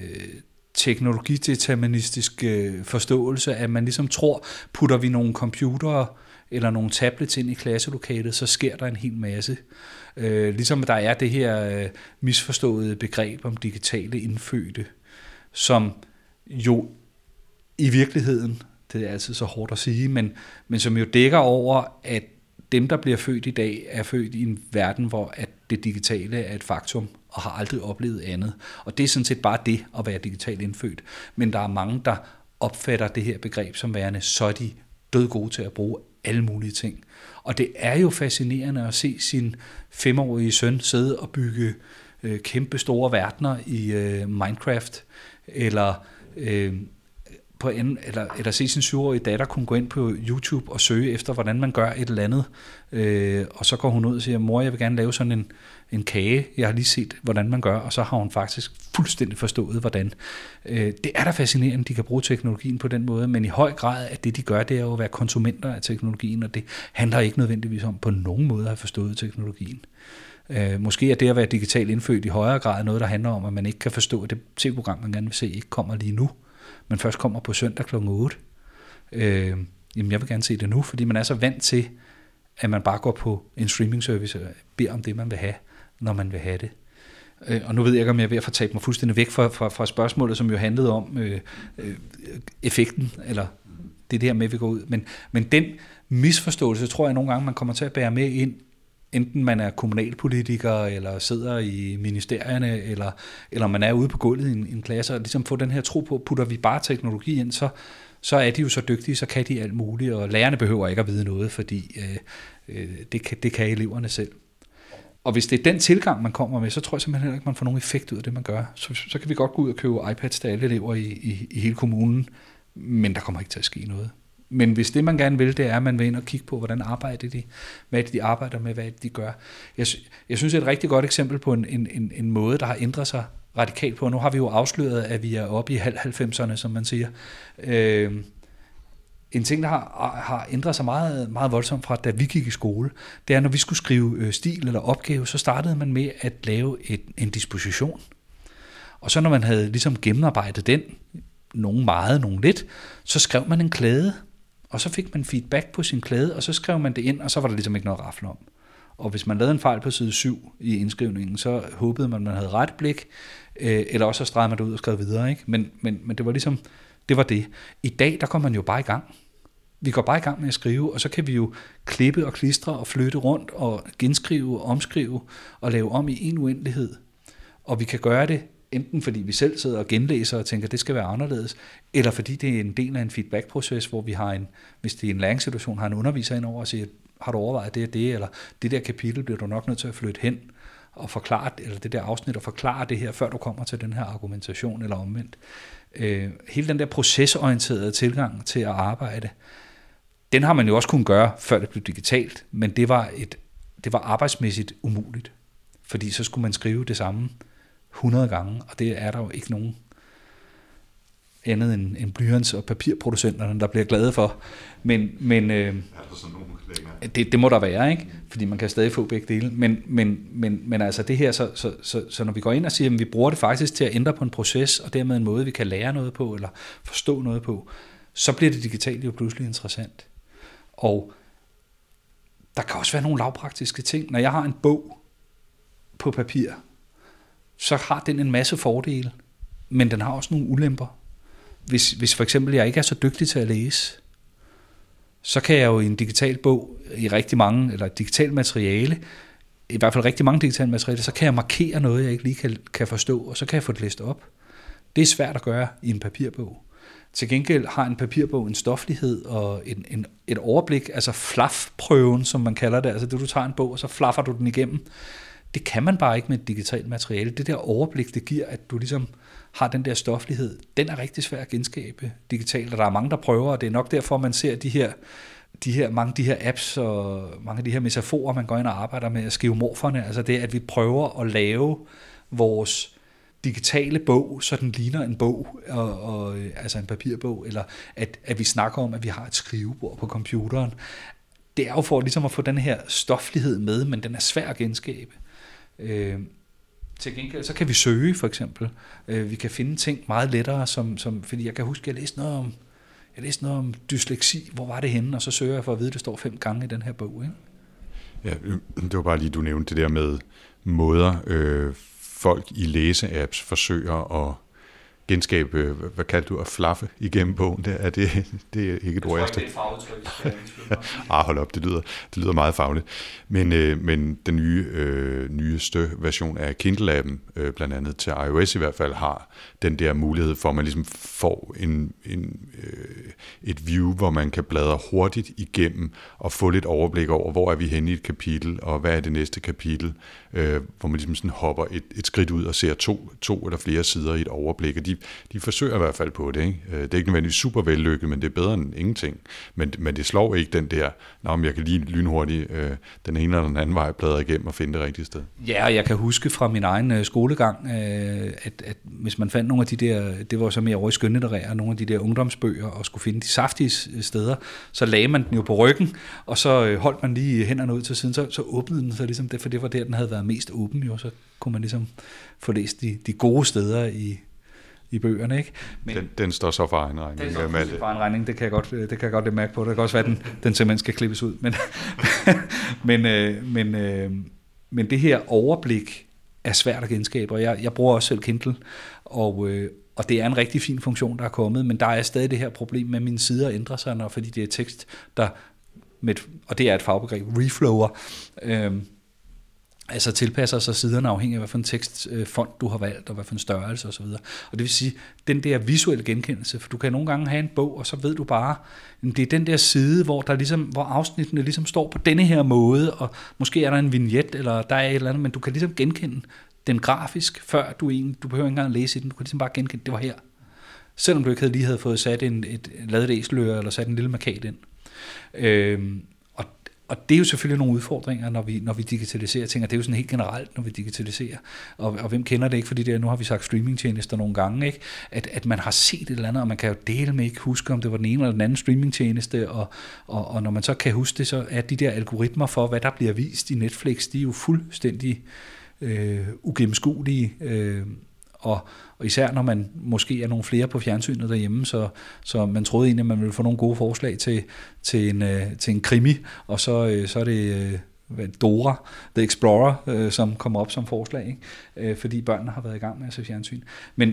teknologideterministisk øh, forståelse, at man ligesom tror, putter vi nogle computere eller nogle tablets ind i klasselokalet, så sker der en hel masse. Øh, ligesom der er det her øh, misforståede begreb om digitale indfødte, som jo i virkeligheden, det er altid så hårdt at sige, men, men som jo dækker over, at dem, der bliver født i dag, er født i en verden, hvor at det digitale er et faktum, og har aldrig oplevet andet. Og det er sådan set bare det at være digitalt indfødt. Men der er mange, der opfatter det her begreb som værende, så er de død gode til at bruge alle mulige ting. Og det er jo fascinerende at se sin femårige søn sidde og bygge øh, kæmpe store verdener i øh, Minecraft, eller, øh, på en, eller, eller se sin syvårige datter kunne gå ind på YouTube og søge efter, hvordan man gør et eller andet. Øh, og så går hun ud og siger, mor, jeg vil gerne lave sådan en, en kage. Jeg har lige set, hvordan man gør, og så har hun faktisk fuldstændig forstået, hvordan. Øh, det er da fascinerende, at de kan bruge teknologien på den måde, men i høj grad, at det de gør, det er jo at være konsumenter af teknologien, og det handler ikke nødvendigvis om på nogen måde at have forstået teknologien. Øh, måske er det at være digitalt indfødt i højere grad noget, der handler om, at man ikke kan forstå, at det tv-program, man gerne vil se, ikke kommer lige nu, men først kommer på søndag klokken otte. Øh, jamen, jeg vil gerne se det nu, fordi man er så vant til, at man bare går på en streaming service og beder om det, man vil have, når man vil have det. Øh, og nu ved jeg ikke, om jeg er ved at få taget mig fuldstændig væk fra, fra, fra spørgsmålet, som jo handlede om øh, øh, effekten, eller det der med, at vi går ud. Men, men den misforståelse, tror jeg nogle gange, man kommer til at bære med ind, enten man er kommunalpolitiker, eller sidder i ministerierne, eller, eller man er ude på gulvet i en, en klasse, og ligesom få den her tro på, putter vi bare teknologi ind, så, så er de jo så dygtige, så kan de alt muligt, og lærerne behøver ikke at vide noget, fordi øh, øh, det, kan, det kan eleverne selv. Og hvis det er den tilgang, man kommer med, så tror jeg simpelthen ikke, man får nogen effekt ud af det, man gør. Så, så kan vi godt gå ud og købe iPads til alle elever i, i, i hele kommunen, men der kommer ikke til at ske noget. Men hvis det, man gerne vil, det er, at man vil ind og kigge på, hvordan arbejder de, hvad de arbejder med, hvad de gør. Jeg, jeg synes, det er et rigtig godt eksempel på en, en, en måde, der har ændret sig radikalt på. Nu har vi jo afsløret, at vi er oppe i halvfemserne, som man siger. Øh, en ting, der har, har ændret sig meget, meget voldsomt fra, da vi gik i skole, det er, når vi skulle skrive stil eller opgave, så startede man med at lave et, en disposition. Og så når man havde ligesom gennemarbejdet den, nogen meget, nogen lidt, så skrev man en klade, og så fik man feedback på sin klade, og så skrev man det ind, og så var der ligesom ikke noget at rafle om. Og hvis man lavede en fejl på side syv i indskrivningen, så håbede man, man havde ret blik, øh, eller også så stregede man det ud og skrev videre. Ikke? Men, men, men det var ligesom, det var det. I dag, der kommer man jo bare i gang. Vi går bare i gang med at skrive, og så kan vi jo klippe og klistre og flytte rundt, og genskrive og omskrive, og lave om i en uendelighed. Og vi kan gøre det, enten fordi vi selv sidder og genlæser og tænker, at det skal være anderledes, eller fordi det er en del af en feedback-proces, hvor vi har en, hvis det er en læringssituation, har en underviser ind over og siger, har du overvejet det og det, eller det der kapitel bliver du nok nødt til at flytte hen og forklare, eller det der afsnit og forklare det her, før du kommer til den her argumentation eller omvendt. Øh, hele den der procesorienterede tilgang til at arbejde, den har man jo også kunnet gøre, før det blev digitalt, men det var et det var arbejdsmæssigt umuligt. Fordi så skulle man skrive det samme hundrede gange, og det er der jo ikke nogen andet end, end blyants- og papirproducenterne, der bliver glade for. Men, men øh, det, det må der være, ikke? Fordi man kan stadig få begge dele. Men, men, men, men altså det her, så, så, så, så når vi går ind og siger, at vi bruger det faktisk til at ændre på en proces, og dermed en måde, vi kan lære noget på, eller forstå noget på, så bliver det digitalt jo pludselig interessant. Og der kan også være nogle lavpraktiske ting. Når jeg har en bog på papir, så har den en masse fordele, men den har også nogle ulemper. Hvis, hvis for eksempel jeg ikke er så dygtig til at læse, så kan jeg jo i en digital bog, i rigtig mange, eller digital materiale, i hvert fald rigtig mange digitale materiale, så kan jeg markere noget, jeg ikke lige kan, kan forstå, og så kan jeg få det læst op. Det er svært at gøre i en papirbog. Til gengæld har en papirbog en stoflighed og en, en, et overblik, altså flaf-prøven, som man kalder det, altså det du tager en bog, og så flaffer du den igennem. Det kan man bare ikke med et digitalt materiale. Det der overblik, det giver, at du ligesom har den der stoflighed, den er rigtig svær at genskabe digitalt, og der er mange, der prøver, og det er nok derfor, man ser de her, de her, mange af de her apps og mange af de her metaforer, man går ind og arbejder med, skeuomorferne, altså det, at vi prøver at lave vores digitale bog, så den ligner en bog, og, og, altså en papirbog, eller at, at vi snakker om, at vi har et skrivebord på computeren. Det er jo for ligesom at få den her stoflighed med, men den er svær at genskabe. Øh, til gengæld, så kan vi søge, for eksempel. Øh, vi kan finde ting meget lettere, som, som, fordi jeg kan huske, at jeg læste noget om, jeg læste noget om dysleksi. Hvor var det henne? Og så søger jeg for at vide, at det står fem gange i den her bog. Ikke? Ja, det var bare lige, du nævnte det der med måder, øh, folk i læseapps forsøger at genskabe, hvad kaldte du, at flaffe igennem bogen. Det er, det, det er ikke et ord, jeg tror ikke, det er et fagudtryk. ah, hold op, det lyder, det lyder meget fagligt. Men, øh, men den nye, øh, nyeste version af Kindle-appen, øh, blandt andet til iOS i hvert fald, har den der mulighed for, at man ligesom får en, en, øh, et view, hvor man kan bladre hurtigt igennem og få lidt overblik over, hvor er vi henne i et kapitel, og hvad er det næste kapitel, øh, hvor man ligesom sådan hopper et, et skridt ud og ser to, to eller flere sider i et overblik, og de De forsøger i hvert fald på det. Ikke? Det er ikke nødvendigvis super vellykket, men det er bedre end ingenting. Men, men det slår ikke den der, nå, jeg kan lige lynhurtigt øh, den ene eller den anden vej bladre igennem og finde det rigtige sted. Ja, og jeg kan huske fra min egen øh, skolegang, øh, at, at hvis man fandt nogle af de der, det var så mere over i skønlitterære, nogle af de der ungdomsbøger, og skulle finde de saftige steder, så lagde man den jo på ryggen, og så øh, holdt man lige hænderne ud til siden, så, så åbnede den sig ligesom det, for det var der, den havde været mest åben jo, så kunne man ligesom få læst de, de gode steder i i bøgerne, ikke? Men den, den står så for egen regning. Den står for egen regning, det kan jeg godt, det kan jeg godt lidt mærke på. Det kan også være, den, den simpelthen skal klippes ud. Men, men, øh, men, øh, men det her overblik er svært at genskabe, og jeg, jeg bruger også selv Kindle, og, øh, og det er en rigtig fin funktion, der er kommet, men der er stadig det her problem med, at mine sider ændrer sig, når, fordi det er tekst, der, med, og det er et fagbegreb, reflower, øh, altså tilpasser sig siderne afhængig af, hvad for en tekstfont du har valgt, og hvad for en størrelse osv. Og det vil sige, den der visuelle genkendelse, for du kan nogle gange have en bog, og så ved du bare, det er den der side, hvor, der ligesom, hvor afsnittene ligesom står på denne her måde, og måske er der en vignet, eller der er et eller andet, men du kan ligesom genkende den grafisk, før du egentlig, du behøver ikke engang at læse i den, du kan ligesom bare genkende, det var her. Selvom du ikke havde lige havde fået sat en, et, lavet et æseløre, eller sat en lille markat ind. Øhm, Og det er jo selvfølgelig nogle udfordringer, når vi, når vi digitaliserer ting, og det er jo sådan helt generelt, når vi digitaliserer. Og, og hvem kender det ikke, fordi det er, nu har vi sagt streamingtjenester nogle gange, ikke? At, at man har set et eller andet, og man kan jo dele med ikke huske, om det var den ene eller den anden streamingtjeneste, og, og, og når man så kan huske det, så er de der algoritmer for, hvad der bliver vist i Netflix, de er jo fuldstændig øh, ugennemskuelige, øh, og, og især når man måske er nogle flere på fjernsynet derhjemme, så, så man troede egentlig, at man ville få nogle gode forslag til, til, en, øh, til en krimi, og så, øh, så er det øh, Dora, The Explorer, øh, som kommer op som forslag, ikke? Øh, fordi børnene har været i gang med at se fjernsyn. Men,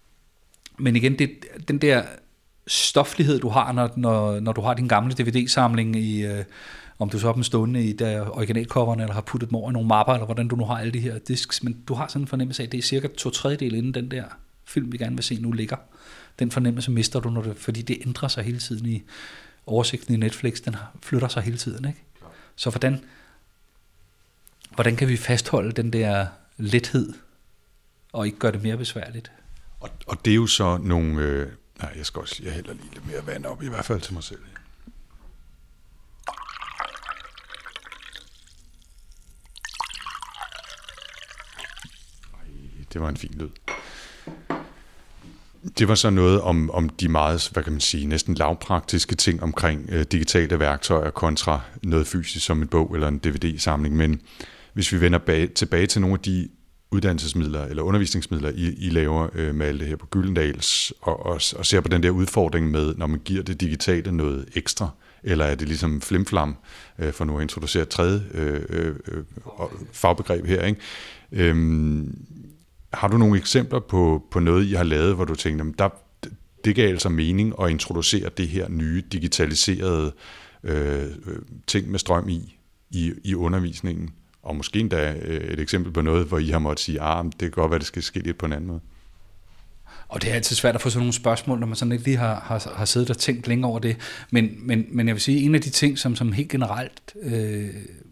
men igen, det, den der stoflighed, du har, når, når, når du har din gamle D V D-samling i... Øh, om du så har dem stående i der originalcoverne, eller har puttet dem over i nogle mapper, eller hvordan du nu har alle de her disks, men du har sådan en fornemmelse af, at det er cirka to tredjedel inden den der film, vi gerne vil se nu ligger. Den fornemmelse mister du, når det, fordi det ændrer sig hele tiden i oversigten i Netflix, den flytter sig hele tiden, ikke? Så hvordan, hvordan kan vi fastholde den der lethed, og ikke gøre det mere besværligt? Og, og det er jo så nogle... Øh, nej, jeg skal også jeg hælder lige lidt mere vand op, i hvert fald til mig selv. det var en fin lyd. Det var så noget om, om de meget, hvad kan man sige, næsten lavpraktiske ting omkring øh, digitale værktøjer kontra noget fysisk som en bog eller en D V D-samling. Men hvis vi vender bag, tilbage til nogle af de uddannelsesmidler eller undervisningsmidler, I, I laver øh, med alt det her på Gyldendals, og, og, og ser på den der udfordring med, når man giver det digitale noget ekstra, eller er det ligesom flimflam, øh, for nu at introducere et tredje øh, øh, fagbegreb her, ikke? Øhm, har du nogle eksempler på, på noget, I har lavet, hvor du tænkte, der, det gav altså mening at introducere det her nye digitaliserede øh, ting med strøm i, i, i undervisningen? Og måske endda et eksempel på noget, hvor I har måttet sige, ah, det kan godt være, det skal ske lidt på en anden måde. Og det er altid svært at få sådan nogle spørgsmål, når man sådan ikke lige har, har, har siddet og tænkt længe over det. Men, men, men jeg vil sige, en af de ting, som, som helt generelt øh,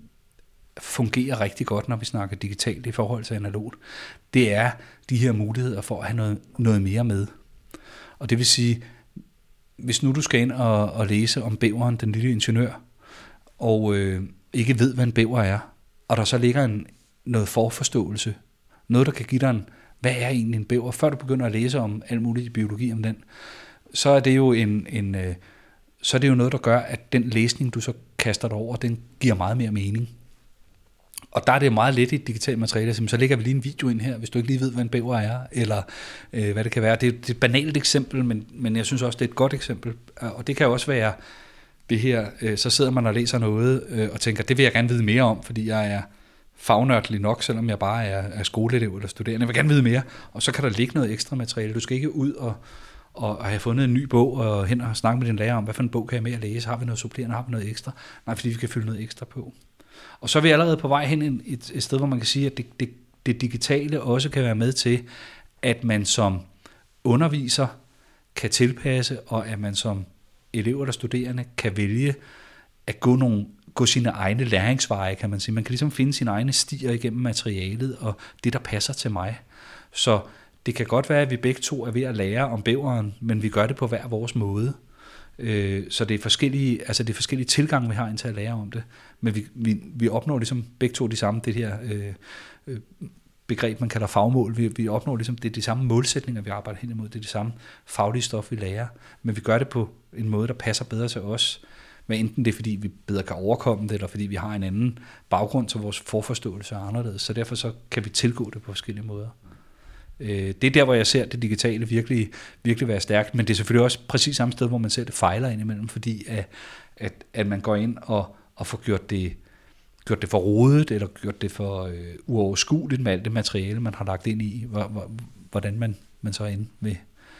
fungerer rigtig godt, når vi snakker digitalt i forhold til analogt, det er de her muligheder for at have noget, noget mere med. Og det vil sige, hvis nu du skal ind og, og læse om bæveren, den lille ingeniør, og øh, ikke ved, hvad en bæver er, og der så ligger en, noget forforståelse, noget, der kan give dig en, hvad er egentlig en bæver, før du begynder at læse om alt muligt i biologi om den, så er det jo en, en øh, så er det jo noget, der gør, at den læsning, du så kaster dig over, den giver meget mere mening. Og der er det meget let i et digitalt materiale, så lægger vi lige en video ind her, hvis du ikke lige ved, hvad en bæver er, eller øh, hvad det kan være. Det er, det er et banalt eksempel, men, men jeg synes også, det er et godt eksempel. Og det kan også være det her, øh, så sidder man og læser noget, øh, og tænker, det vil jeg gerne vide mere om, fordi jeg er fagnørdelig nok, selvom jeg bare er, er skoleelev eller studerende. Jeg vil gerne vide mere, og så kan der ligge noget ekstra materiale. Du skal ikke ud og, og, og have fundet en ny bog, og hen og snakke med din lærer om, hvad for en bog kan jeg mere læse? Har vi noget supplerende? Har vi noget ekstra? Nej, fordi vi kan fylde noget ekstra på. Og så er vi allerede på vej hen et, et sted, hvor man kan sige, at det, det, det digitale også kan være med til, at man som underviser kan tilpasse, og at man som elever eller studerende kan vælge at gå, nogle, gå sine egne læringsveje, kan man sige. Man kan ligesom finde sine egne stier igennem materialet, og det, der passer til mig. Så det kan godt være, at vi begge to er ved at lære om bæveren, men vi gør det på hver vores måde. Så det er forskellige, altså det er forskellige tilgange, vi har ind til at lære om det. Men vi, vi, vi opnår ligesom begge to de samme, det her øh, begreb, man kalder fagmål. Vi, vi opnår ligesom, det er de samme målsætninger, vi arbejder hen imod. Det er det samme faglige stof, vi lærer. Men vi gør det på en måde, der passer bedre til os. Men enten det er, fordi vi bedre kan overkomme det, eller fordi vi har en anden baggrund, så vores forforståelse er anderledes. Så derfor så kan vi tilgå det på forskellige måder. Det er der, hvor jeg ser det digitale virkelig, virkelig være stærkt, men det er selvfølgelig også præcis samme sted, hvor man ser det fejler indimellem, fordi at, at, at man går ind og, og får gjort det, gjort det for rodet, eller gjort det for øh, uoverskueligt med alt det materiale, man har lagt ind i, hvordan man, man så ind vil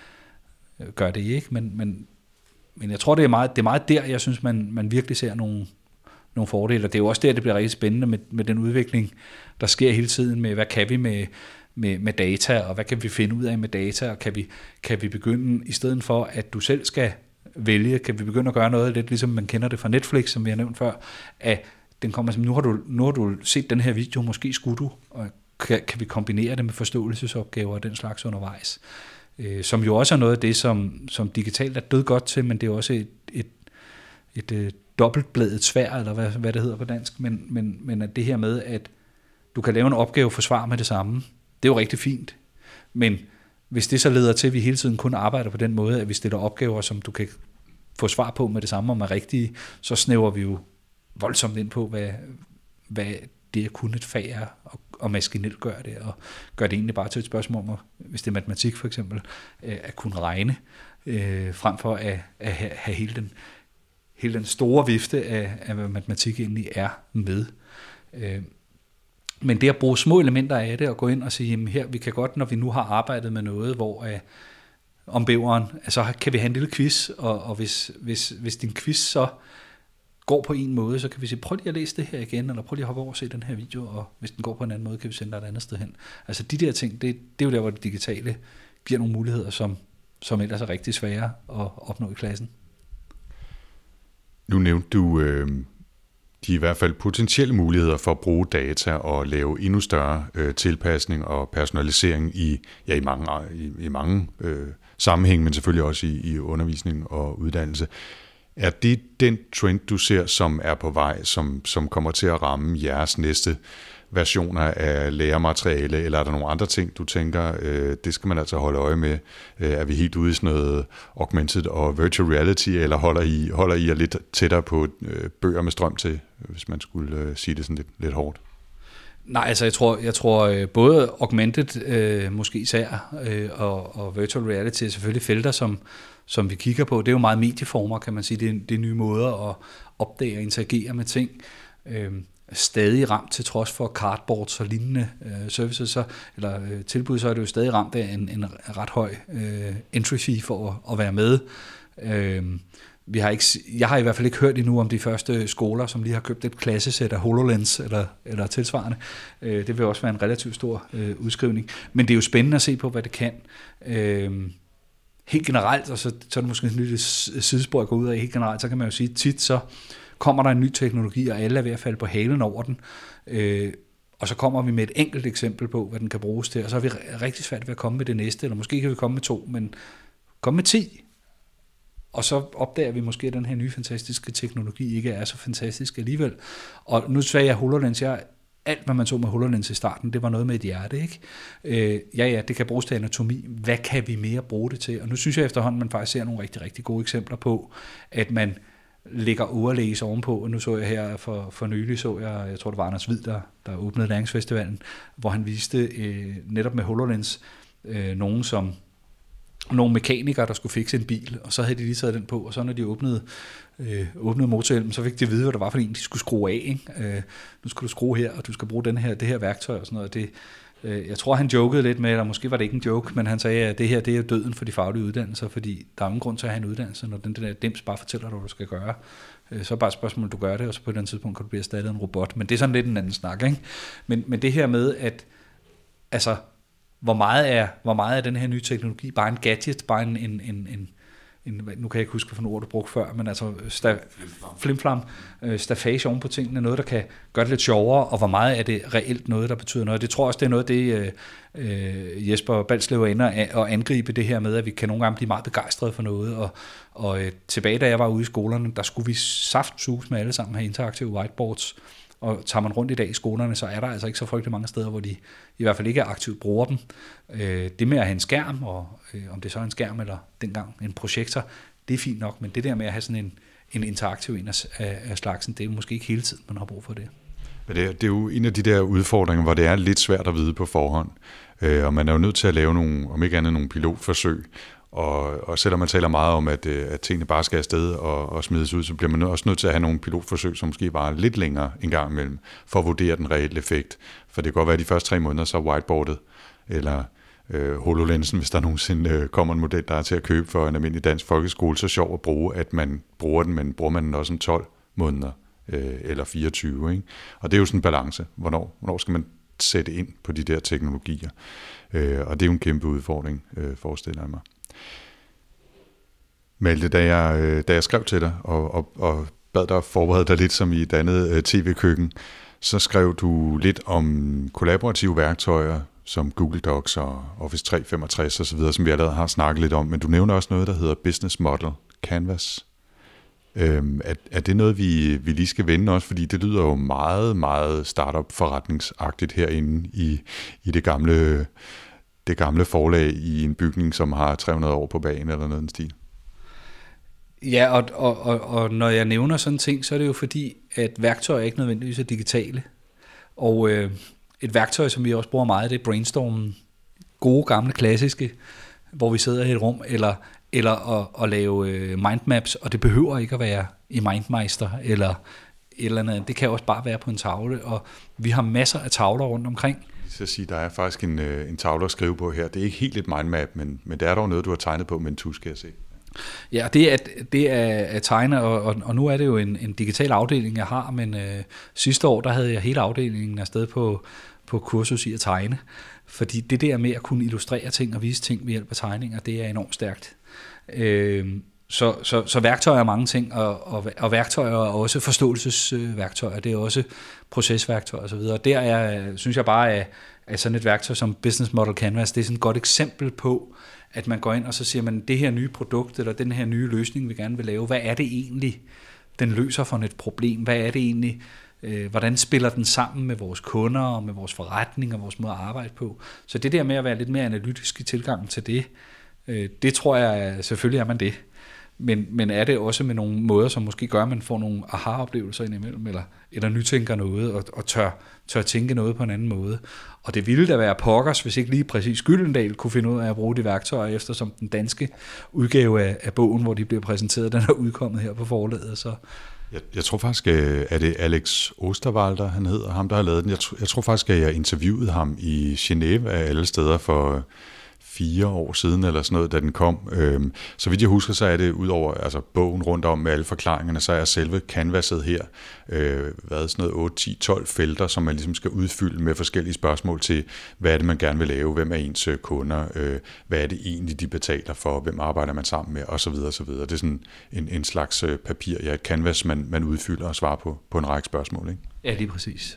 gøre det, ikke? Men, men, men jeg tror, det er meget, det er meget der, jeg synes, man, man virkelig ser nogle, nogle fordele, og det er jo også der, det bliver rigtig spændende med, med den udvikling, der sker hele tiden med, hvad kan vi med Med, med data, og hvad kan vi finde ud af med data, og kan vi, kan vi begynde, i stedet for at du selv skal vælge, kan vi begynde at gøre noget lidt ligesom man kender det fra Netflix, som vi har nævnt før, at den kommer som, nu har du, nu har du set den her video, måske skulle du, og kan, kan vi kombinere det med forståelsesopgaver og den slags undervejs, øh, som jo også er noget af det, som, som digitalt er død godt til, men det er også et, et, et, et dobbeltbladet sværd, eller hvad, hvad det hedder på dansk, men, men, men at det her med, at du kan lave en opgave for svar med det samme, det er jo rigtig fint, men hvis det så leder til, at vi hele tiden kun arbejder på den måde, at vi stiller opgaver, som du kan få svar på med det samme, om er rigtige, så snæver vi jo voldsomt ind på, hvad, hvad det at kunne et fag er, og, og maskinelt gør det, og gør det egentlig bare til et spørgsmål om, hvis det er matematik for eksempel, at kunne regne, øh, frem for at, at have hele den, hele den store vifte af, af, hvad matematik egentlig er med. Øh, Men det at bruge små elementer af det, og gå ind og sige, jamen her, vi kan godt, når vi nu har arbejdet med noget, hvor uh, om bæveren, så kan vi have en lille quiz, og, og hvis, hvis, hvis din quiz så går på en måde, så kan vi sige, prøv lige at læse det her igen, eller prøv lige at hoppe over og se den her video, og hvis den går på en anden måde, kan vi sende dig et andet sted hen. Altså de der ting, det, det er jo der, hvor det digitale giver nogle muligheder, som, som ellers er rigtig svære at opnå i klassen. Nu nævnte du øh, de i hvert fald potentielle muligheder for at bruge data og lave endnu større øh, tilpasning og personalisering i, ja, i mange, i, i mange øh, sammenhæng, men selvfølgelig også i, i undervisning og uddannelse. Er det den trend, du ser, som er på vej, som, som kommer til at ramme jeres næste versioner af læremateriale, eller er der nogle andre ting, du tænker, øh, det skal man altså holde øje med? Øh, er vi helt ude i sådan noget augmented og virtual reality, eller holder I, holder I jer lidt tættere på øh, bøger med strøm til, hvis man skulle øh, sige det sådan lidt, lidt hårdt? Nej, altså jeg tror, jeg tror både augmented, øh, måske især, øh, og, og virtual reality er selvfølgelig felter, som, som vi kigger på. Det er jo meget medieformer, kan man sige. Det er, det er nye måder at opdage og interagere med ting. Øh, stadig ramt til trods for cardboards og lignende øh, services, så, eller øh, tilbud, så er det jo stadig ramt af en, en ret høj øh, entry fee for at, at være med. Øh, Vi har ikke, jeg har i hvert fald ikke hørt endnu om de første skoler, som lige har købt et klassesæt af HoloLens eller, eller tilsvarende. Øh, det vil også være en relativt stor øh, udskrivning. Men det er jo spændende at se på, hvad det kan. Øh, helt generelt, og så, så er det måske et nyt sidespor at gå ud af, helt generelt, så kan man jo sige, tit så kommer der en ny teknologi, og alle er ved at falde på halen over den. Øh, og så kommer vi med et enkelt eksempel på, hvad den kan bruges til, og så er vi rigtig svært ved at komme med det næste, eller måske kan vi komme med to, men komme med ti. Og så opdager vi måske, at den her nye fantastiske teknologi ikke er så fantastisk alligevel. Og nu sagde jeg HoloLens. Jeg, alt, hvad man så med HoloLens i starten, det var noget med et hjerte, ikke? Øh, ja, ja, det kan bruges til anatomi. Hvad kan vi mere bruge det til? Og nu synes jeg efterhånden, man faktisk ser nogle rigtig, rigtig gode eksempler på, at man lægger overlæs ovenpå. Og nu så jeg her for, for nylig, så jeg, jeg tror det var Anders Hvid, der, der åbnede Læringsfestivalen, hvor han viste øh, netop med HoloLens øh, nogen, som nogle mekanikere, der skulle fikse en bil, og så havde de lige taget den på, og så når de åbnede, øh, åbnede motorhjelmen, så fik de at vide, hvad det var for en, de skulle skrue af. Ikke? Øh, nu skal du skrue her, og du skal bruge den her, det her værktøj og sådan noget. Det, øh, jeg tror, han jokede lidt med, eller måske var det ikke en joke, men han sagde, at det her det er døden for de faglige uddannelser, fordi der er ingen grund til at have en uddannelse, når den, den der dims bare fortæller dig, hvad du skal gøre. Øh, så er bare et spørgsmål, du gør det, og så på et eller andet tidspunkt kan du blive erstattet af en robot. Men det er sådan lidt en anden snak. Ikke? Men, men det her med, at altså, Hvor meget, er, hvor meget er den her nye teknologi bare en gadget, bare en, en, en, en, en nu kan jeg ikke huske, hvilken ord du brugte før, men altså sta, flimflam, øh, staffage oven på tingene, noget, der kan gøre det lidt sjovere, og hvor meget er det reelt noget, der betyder noget. Det tror jeg også, det er noget, det øh, Jesper Balslev ender at angribe det her med, at vi kan nogle gange blive meget begejstrede for noget, og, og øh, tilbage da jeg var ude i skolerne, der skulle vi saftsus med alle sammen have interaktive whiteboards. Og tager man rundt i dag i skolerne, så er der altså ikke så frygtelig mange steder, hvor de i hvert fald ikke aktivt bruger dem. Øh, det med at have en skærm, og øh, om det så er en skærm eller dengang en projektor, det er fint nok, men det der med at have sådan en, en interaktiv en af, af slagsen, det er måske ikke hele tiden, man har brug for det. Men det er, det er jo en af de der udfordringer, hvor det er lidt svært at vide på forhånd, øh, og man er jo nødt til at lave nogle, om ikke andet nogle pilotforsøg. Og, og selvom man taler meget om, at, at tingene bare skal afsted og, og smides ud, så bliver man også nødt til at have nogle pilotforsøg, som måske varer lidt længere en gang imellem, for at vurdere den reelle effekt. For det kan godt være, at de første tre måneder, så er whiteboardet, eller øh, HoloLensen, hvis der nogensinde øh, kommer en model, der er til at købe for en almindelig dansk folkeskole, så sjov at bruge, at man bruger den, men bruger man den også om tolv måneder, øh, eller fireogtyve. Ikke? Og det er jo sådan en balance. Hvornår, hvornår skal man sætte ind på de der teknologier? Øh, og det er jo en kæmpe udfordring, øh, forestiller jeg mig. Malte, da jeg, da jeg skrev til dig og, og, og bad dig forberede dig lidt som i et andet uh, tv-køkken, så skrev du lidt om kollaborative værktøjer som Google Docs og Office tre femogtres osv., som vi allerede har snakket lidt om, men du nævner også noget, der hedder Business Model Canvas. Øhm, er, er det noget, vi, vi lige skal vende også? Fordi det lyder jo meget, meget startup-forretningsagtigt herinde i, i det gamle, det gamle forlag i en bygning, som har tre hundrede år på bagen eller noget i den stil. Ja, og, og, og, og når jeg nævner sådan ting, så er det jo fordi, at værktøjer ikke nødvendigvis er digitale. Og øh, et værktøj, som vi også bruger meget, det er brainstormen. Gode, gamle, klassiske, hvor vi sidder i et rum, eller, eller at, at lave øh, mindmaps, og det behøver ikke at være i Mindmeister, eller et eller andet. Det kan også bare være på en tavle, og vi har masser af tavler rundt omkring. Så sige, der er faktisk en, en tavle at skrive på her. Det er ikke helt et mindmap, men, men det er dog noget, du har tegnet på med en tusch, skal jeg se. Ja, det er, det er at tegne, og, og, og nu er det jo en, en digital afdeling, jeg har, men øh, sidste år, der havde jeg hele afdelingen afsted på, på kursus i at tegne, fordi det der med at kunne illustrere ting og vise ting ved hjælp af tegninger, det er enormt stærkt. Øh, så, så, så værktøjer er mange ting, og, og, og værktøjer er også forståelsesværktøjer, det er også procesværktøjer osv., og der er, synes jeg bare, at, at sådan et værktøj som Business Model Canvas, det er sådan et godt eksempel på, at man går ind, og så siger man, det her nye produkt, eller den her nye løsning, vi gerne vil lave, hvad er det egentlig, den løser for et problem? Hvad er det egentlig, Øh, hvordan spiller den sammen med vores kunder og med vores forretning og vores måde at arbejde på. Så det der med at være lidt mere analytisk i tilgangen til det, øh, det tror jeg selvfølgelig er man det. Men, men er det også med nogle måder, som måske gør, at man får nogle aha-oplevelser indimellem, eller, eller nytænker noget, og, og tør, tør tænke noget på en anden måde. Og det ville da være pokkers, hvis ikke lige præcis Gyldendal kunne finde ud af at bruge de værktøjer, eftersom den danske udgave af, af bogen, hvor de bliver præsenteret, den er udkommet her på forlaget. Så. Jeg, jeg tror faktisk, er det Alex Osterwalder, han hedder, ham der har lavet den. Jeg, jeg tror faktisk, at jeg interviewede ham i Genève af alle steder for fire år siden, eller sådan noget, da den kom. Øhm, så vidt jeg husker, så er det ud over altså, bogen rundt om med alle forklaringerne, så er selve canvaset her, øh, hvad sådan noget otte, ti, tolv felter, som man ligesom skal udfylde med forskellige spørgsmål til, hvad er det, man gerne vil lave, hvem er ens kunder, øh, hvad er det egentlig, de betaler for, hvem arbejder man sammen med, osv. osv. Det er sådan en, en slags papir, ja, et canvas, man, man udfylder og svarer på, på en række spørgsmål, ikke? Ja, lige præcis.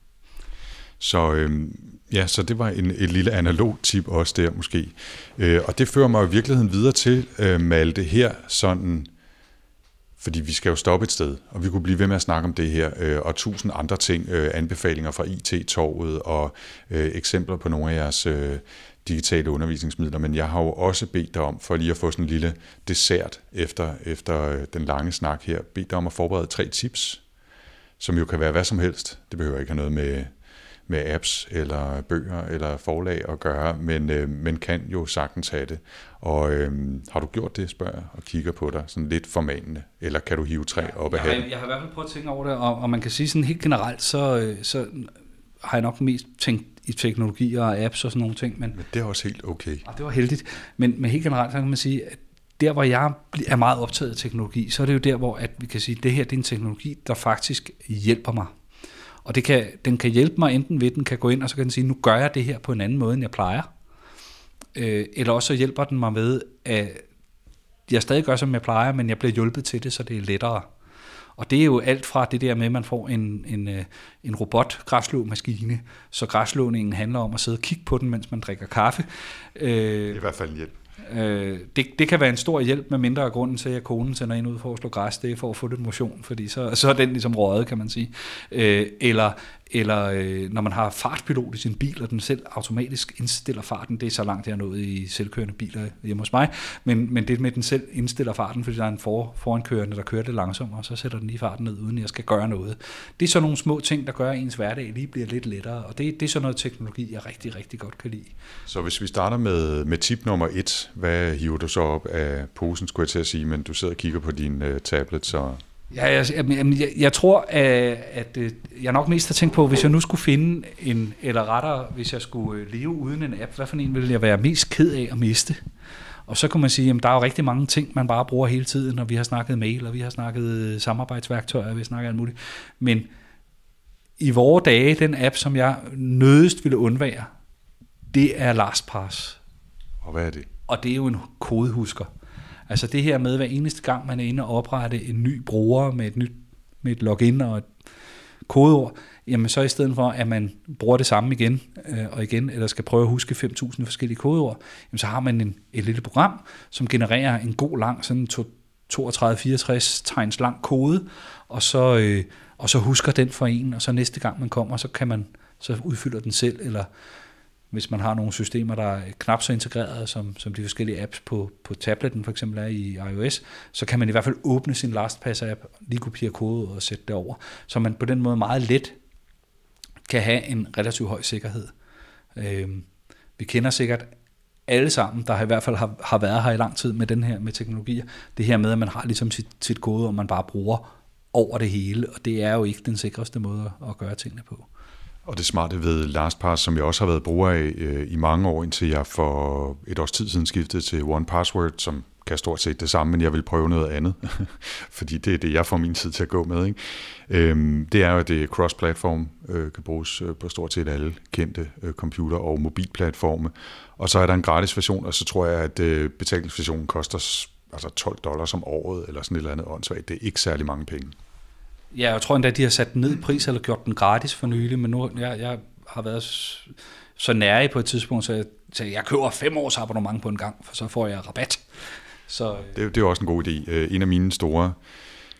Så øhm, ja, så det var en, et lille analog tip også der måske. Øh, og det fører mig i virkeligheden videre til, øh, Malte, her sådan, fordi vi skal jo stoppe et sted, og vi kunne blive ved med at snakke om det her, øh, og tusind andre ting, øh, anbefalinger fra I T-torvet og øh, eksempler på nogle af jeres øh, digitale undervisningsmidler, men jeg har jo også bedt dig om, for lige at få sådan en lille dessert efter, efter øh, den lange snak her, bedt dig om at forberede tre tips, som jo kan være hvad som helst. Det behøver ikke have noget med med apps eller bøger eller forlag at gøre, men, øh, men kan jo sagtens have det. Og øh, har du gjort det, spørger jeg, og kigger på dig sådan lidt formanende, eller kan du hive træ op af hatten? Jeg, jeg har i hvert fald prøvet at tænke over det, og, og man kan sige sådan helt generelt, så, så har jeg nok mest tænkt i teknologier og apps og sådan nogle ting. Men, men det er også helt okay. Og det var heldigt, men, men helt generelt så kan man sige, at der hvor jeg er meget optaget af teknologi, så er det jo der, hvor at vi kan sige, at det her det er en teknologi, der faktisk hjælper mig. Og det kan, den kan hjælpe mig enten ved, at den kan gå ind, og så kan den sige, nu gør jeg det her på en anden måde, end jeg plejer. Øh, eller også så hjælper den mig ved, at jeg stadig gør, som jeg plejer, men jeg bliver hjulpet til det, så det er lettere. Og det er jo alt fra det der med, at man får en, en, en robot-græsslåmaskine, så græsslåningen handler om at sidde og kigge på den, mens man drikker kaffe. Øh, det er i hvert fald en hjælp. Øh, det, det kan være en stor hjælp, med mindre af grunden til, at konen sender en ud for at slå græs, det er for at få lidt motion, fordi så, så er den ligesom røget, kan man sige. Øh, eller eller øh, når man har fartpilot i sin bil, og den selv automatisk indstiller farten, det er så langt, jeg er nået i selvkørende biler hjemme hos mig, men, men det med, at den selv indstiller farten, fordi der er en for, forankørende, der kører lidt langsommere, og så sætter den lige farten ned, uden jeg skal gøre noget. Det er sådan nogle små ting, der gør, at ens hverdag lige bliver lidt lettere, og det, det er sådan noget teknologi, jeg rigtig, rigtig godt kan lide. Så hvis vi starter med, med tip nummer et, hvad hiver du så op af posen, skulle jeg til at sige, men du sidder og kigger på din uh, tablet, så... Ja, jeg, jeg, jeg tror, at, at jeg nok mest har tænkt på, hvis jeg nu skulle finde en, eller rettere, hvis jeg skulle leve uden en app, hvad for en ville jeg være mest ked af at miste? Og så kan man sige, at der er jo rigtig mange ting, man bare bruger hele tiden, og vi har snakket mail, og vi har snakket samarbejdsværktøjer, og vi har snakket alt muligt. Men i vore dage, den app, som jeg nødigst ville undvære, det er LastPass. Og hvad er det? Og det er jo en kodehusker. Altså det her med, hver eneste gang man er inde og oprette en ny bruger med et nyt med et login og et kodeord, jamen så i stedet for, at man bruger det samme igen øh, og igen, eller skal prøve at huske fem tusind forskellige kodeord, jamen så har man en, et lille program, som genererer en god lang, sådan toogtredive fireogtres tegns lang kode, og så, øh, og så husker den for en, og så næste gang man kommer, så kan man, så udfylder den selv, eller hvis man har nogle systemer, der er knap så integreret, som, som de forskellige apps på, på tableten for eksempel er i iOS, så kan man i hvert fald åbne sin LastPass-app, lige kopiere kode og sætte det over, så man på den måde meget let kan have en relativt høj sikkerhed. Øhm, vi kender sikkert alle sammen, der i hvert fald har, har været her i lang tid med den her med teknologier, det her med, at man har ligesom sit, sit kode, og man bare bruger over det hele, og det er jo ikke den sikreste måde at gøre tingene på. Og det smarte ved LastPass, som jeg også har været bruger af øh, i mange år, indtil jeg for et års tid siden skiftede til one password, som kan stort set det samme, men jeg vil prøve noget andet, fordi det er det, jeg får min tid til at gå med. Ikke? Øhm, det er jo, at det cross-platform øh, kan bruges øh, på stort set alle kendte øh, computer- og mobilplatforme. Og så er der en gratis version, og så tror jeg, at øh, betalingsversionen koster altså tolv dollars om året, eller sådan et eller andet åndssvagt. Det er ikke særlig mange penge. Ja, jeg tror endda, de har sat den ned i pris, eller gjort den gratis for nylig, men nu jeg, jeg har været så nærig på et tidspunkt, så jeg, så jeg køber fem års abonnement på en gang, for så får jeg rabat. Så, det, det er også en god idé. En af mine store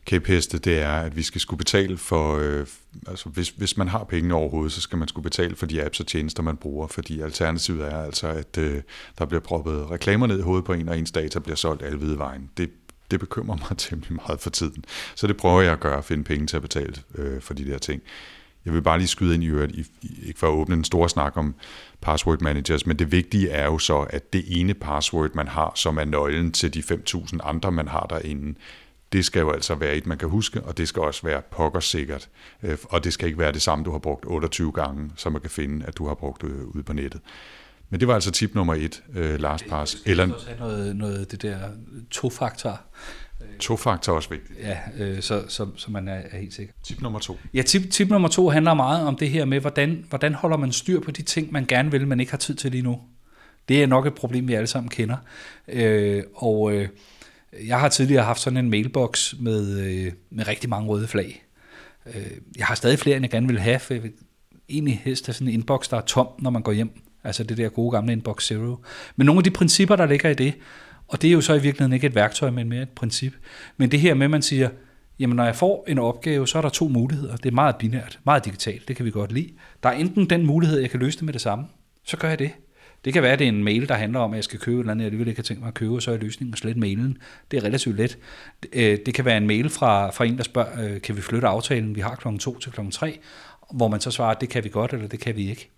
kæpheste, det er, at vi skal skulle betale for, øh, altså hvis, hvis man har pengene overhovedet, så skal man skulle betale for de apps og tjenester, man bruger, fordi alternativet er altså, at øh, der bliver proppet reklamer ned i hovedet på en, og ens data bliver solgt alle hvide vejen. Det, det bekymrer mig temmelig meget for tiden. Så det prøver jeg at gøre, at finde penge til at betale øh, for de der ting. Jeg vil bare lige skyde ind i øvrigt, ikke for at åbne en stor snak om password managers, men det vigtige er jo så, at det ene password, man har, som er nøglen til de fem tusind andre, man har derinde, det skal jo altså være et, man kan huske, og det skal også være pokkersikkert. Og det skal ikke være det samme, du har brugt otteogtyve gange, som man kan finde, at du har brugt ude på nettet. Men det var altså tip nummer et, uh, LastPass. Det skal også have noget, noget det der to-faktor. To-faktor er også vigtigt. Ja, øh, så, så, så man er, er helt sikker. Tip nummer to. Ja, tip, tip nummer to handler meget om det her med, hvordan, hvordan holder man styr på de ting, man gerne vil, men ikke har tid til lige nu. Det er nok et problem, vi alle sammen kender. Øh, og øh, jeg har tidligere haft sådan en mailbox med, øh, med rigtig mange røde flag. Øh, jeg har stadig flere, end jeg gerne vil have, for jeg vil egentlig helst have sådan en inbox, der er tom, når man går hjem. Altså det der gode gamle inbox zero. Men nogle af de principper, der ligger i det, og det er jo så i virkeligheden ikke et værktøj, men mere et princip. Men det her med, at man siger, jamen når jeg får en opgave, så er der to muligheder. Det er meget binært, meget digitalt, det kan vi godt lide. Der er enten den mulighed, jeg kan løse det med det samme, så gør jeg det. Det kan være, at det er en mail, der handler om, at jeg skal købe et eller andet, jeg alligevel ikke har tænkt mig at købe, og så er løsningen at slette mailen. Det er relativt let. Det kan være en mail fra, fra en, der spørger, kan vi flytte aftalen, vi har klokken to til klokken tre, hvor man så svarer, det kan vi godt, eller det kan vi ikke.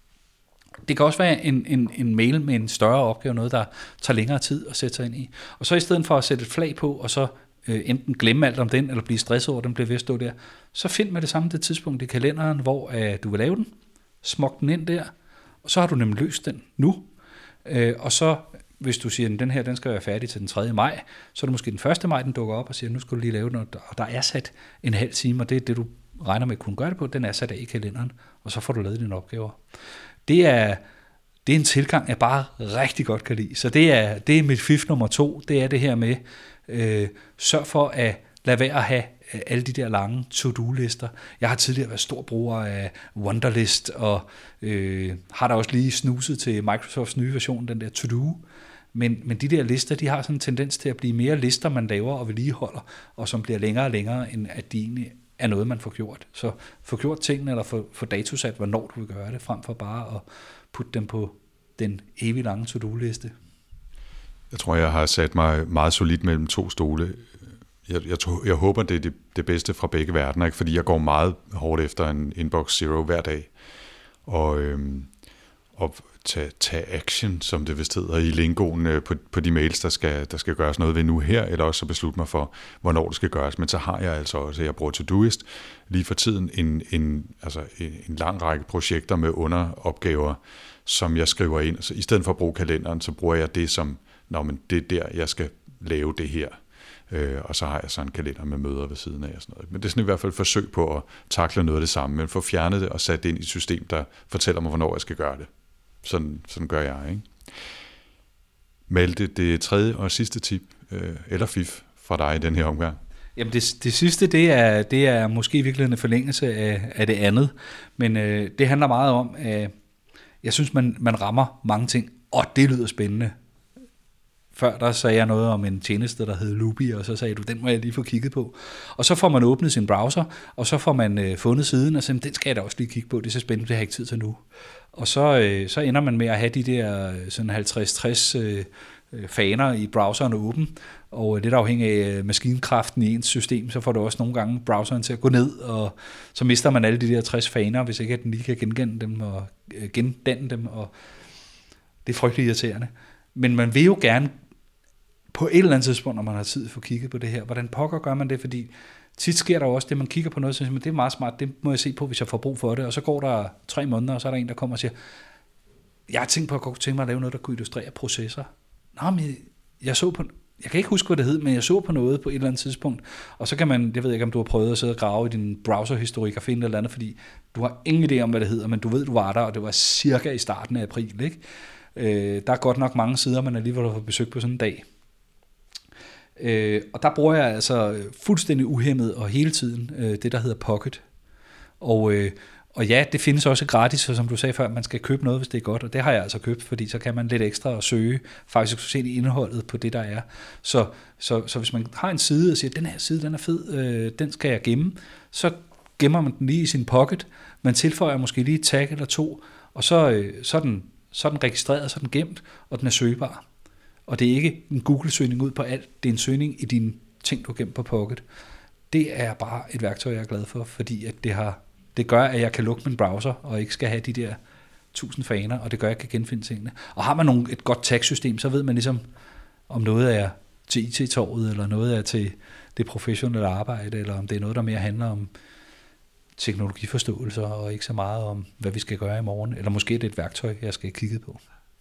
Det kan også være en, en, en mail med en større opgave, noget, der tager længere tid at sætte sig ind i. Og så i stedet for at sætte et flag på, og så øh, enten glemme alt om den, eller blive stresset over, at den bliver ved at stå der, så find med det samme det tidspunkt i kalenderen, hvor øh, du vil lave den, smuk den ind der, og så har du nemlig løst den nu. Øh, og så, hvis du siger, at den her den skal være færdig til den tredje maj, så er det måske den første maj, den dukker op og siger, nu skal du lige lave den, og der er sat en halv time, og det er det, du regner med at kunne gøre det på, den er sat af i kalenderen, og så får du lavet dine opgaver. Det er, det er en tilgang, jeg bare rigtig godt kan lide. Så det er, det er mit fif nummer to, det er det her med, øh, sørg for at lade være at have alle de der lange to-do-lister. Jeg har tidligere været stor bruger af Wunderlist, og øh, har da også lige snuset til Microsofts nye version, den der to-do. Men, men de der lister, de har sådan en tendens til at blive mere lister, man laver og vedligeholder, og som bliver længere og længere, end at de egentlig er noget, man får gjort. Så få gjort tingene, eller få, få datosat, hvornår du vil gøre det, frem for bare at putte dem på den evig lange to-do-liste. Jeg tror, jeg har sat mig meget solidt mellem to stole. Jeg, jeg, jeg håber, det er det, det bedste fra begge verdener, ikke? Fordi jeg går meget hårdt efter en inbox zero hver dag. Og, øhm, og tage, tage action, som det vist hedder i lingoen, på, på de mails, der skal, der skal gøres noget ved nu her, eller også så beslutte mig for, hvornår det skal gøres. Men så har jeg altså også, jeg bruger Todoist lige for tiden, en, en, altså en, en lang række projekter med underopgaver, som jeg skriver ind. Så i stedet for at bruge kalenderen, så bruger jeg det som, nå, men det er der, jeg skal lave det her. Øh, og så har jeg så en kalender med møder ved siden af og sådan noget. Men det er sådan i hvert fald et forsøg på at takle noget af det samme, men få fjernet det og sat det ind i et system, der fortæller mig, hvornår jeg skal gøre det. Sådan, sådan gør jeg, ikke? Malte, det tredje og sidste tip, øh, eller fif fra dig i den her omgang. Jamen det, det sidste, det er, det er måske virkelig en forlængelse af, af det andet, men øh, det handler meget om, at jeg synes, man, man rammer mange ting, og det lyder spændende. Før der sagde jeg noget om en tjeneste, der hed Luby, og så sagde du, den må jeg lige få kigget på. Og så får man åbnet sin browser, og så får man øh, fundet siden, og så den skal jeg da også lige kigge på, det er så spændende, det har jeg ikke tid til nu. Og så, øh, så ender man med at have de der sådan halvtreds tres øh, faner i browseren åben, og lidt afhængig af maskinkraften i ens system, så får du også nogle gange browseren til at gå ned, og så mister man alle de der tres faner, hvis ikke at den lige kan genkende dem og øh, gendanne dem, og det er frygtelig irriterende. Men man vil jo gerne på et eller andet tidspunkt, når man har tid for at kigge på det her, hvordan pokker gør man det, fordi tit sker der også det, man kigger på noget, så det er meget smart, det må jeg se på, hvis jeg får brug for det, og så går der tre måneder, og så er der en, der kommer og siger, jeg har tænkt på at godt tænke mig at lave noget, der kunne illustrere processer. Nå, men jeg så på, jeg kan ikke huske, hvad det hed, men jeg så på noget på et eller andet tidspunkt, og så kan man, jeg ved ikke, om du har prøvet at sidde og grave i din browserhistorik og finde et eller andet, fordi du har ingen idé om, hvad det hedder, men du ved, du var der, og det var cirka i starten af april, ikke? Øh, der er godt nok mange sider, man alligevel har besøgt på sådan en dag. Øh, og der bruger jeg altså fuldstændig uhæmmet og hele tiden øh, det, der hedder Pocket. Og, øh, og ja, det findes også gratis, så som du sagde før, man skal købe noget, hvis det er godt, og det har jeg altså købt, fordi så kan man lidt ekstra og søge, faktisk se indholdet på det, der er. Så, så, så hvis man har en side og siger, den her side, den er fed, øh, den skal jeg gemme, så gemmer man den lige i sin pocket, man tilføjer måske lige et tag eller to, og så, øh, så, er den, så er den registreret, så er den gemt, og den er søgbar. Og det er ikke en Google-søgning ud på alt, det er en søgning i dine ting, du har gemt på pocket. Det er bare et værktøj, jeg er glad for, fordi at det, har, det gør, at jeg kan lukke min browser, og ikke skal have de der tusind faner, og det gør, at jeg kan genfinde tingene. Og har man nogle, et godt tagsystem, så ved man ligesom, om noget er til I T-torvet, eller noget er til det professionelle arbejde, eller om det er noget, der mere handler om teknologiforståelser, og ikke så meget om, hvad vi skal gøre i morgen, eller måske det er et værktøj, jeg skal kigge på.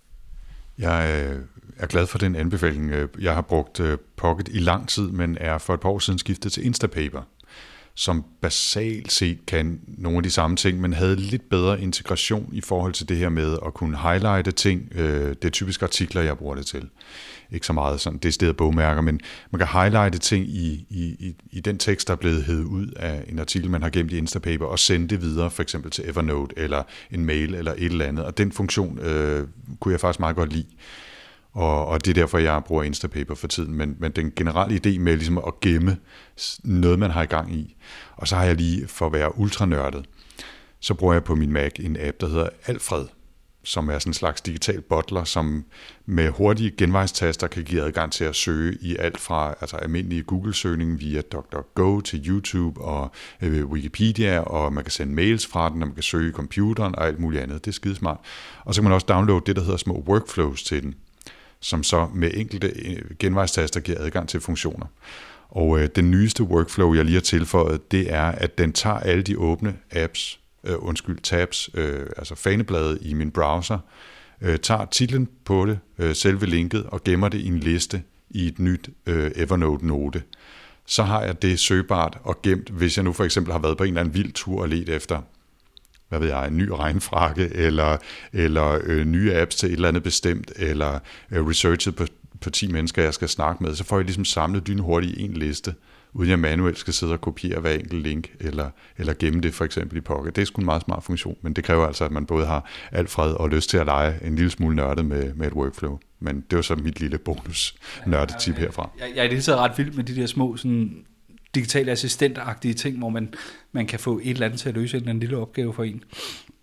Jeg er glad for den anbefaling. Jeg har brugt Pocket i lang tid, men er for et par år siden skiftet til Instapaper, som basalt set kan nogle af de samme ting, men havde lidt bedre integration i forhold til det her med at kunne highlighte ting. Det er typisk artikler, jeg bruger det til. Ikke så meget sådan decideret bogmærker, men man kan highlighte ting i, i, i den tekst, der er blevet hævet ud af en artikel, man har gemt i Instapaper, og sende det videre, for eksempel til Evernote, eller en mail, eller et eller andet. Og den funktion øh, kunne jeg faktisk meget godt lide. Og, og det er derfor, jeg bruger Instapaper for tiden. Men, men den generelle idé med ligesom at gemme noget, man har i gang i. Og så har jeg lige, for at være ultranørdet, så bruger jeg på min Mac en app, der hedder Alfred, som er sådan en slags digital butler, som med hurtige genvejstaster kan give adgang til at søge i alt fra altså almindelige Google-søgning via DuckDuckGo til YouTube og øh, Wikipedia, og man kan sende mails fra den, og man kan søge i computeren og alt muligt andet. Det er skidesmart. Og så kan man også downloade det, der hedder små workflows til den, som så med enkelte genvejstaster giver adgang til funktioner. Og øh, den nyeste workflow, jeg lige har tilføjet, det er, at den tager alle de åbne apps, øh, undskyld, tabs, øh, altså fanebladet i min browser, øh, tager titlen på det, øh, selve linket, og gemmer det i en liste i et nyt øh, Evernote-note. Så har jeg det søgbart og gemt, hvis jeg nu for eksempel har været på en eller anden vild tur og let efter, hvad ved jeg, en ny regnfrakke, eller, eller øh, nye apps til et eller andet bestemt, eller øh, researchet på, på ti mennesker, jeg skal snakke med, så får jeg ligesom samlet lynhurtigt i en liste, uden jeg manuelt skal sidde og kopiere hver enkelt link, eller, eller gemme det for eksempel i Pocket. Det er sgu en meget smart funktion, men det kræver altså, at man både har Alfred og lyst til at lege en lille smule nørdet med, med et workflow. Men det var så mit lille bonus nørdetip herfra. Jeg, jeg er i det hele taget ret vild med de der små sådan digitale assistentagtige ting, hvor man, man kan få et eller andet til at løse en, en lille opgave for en.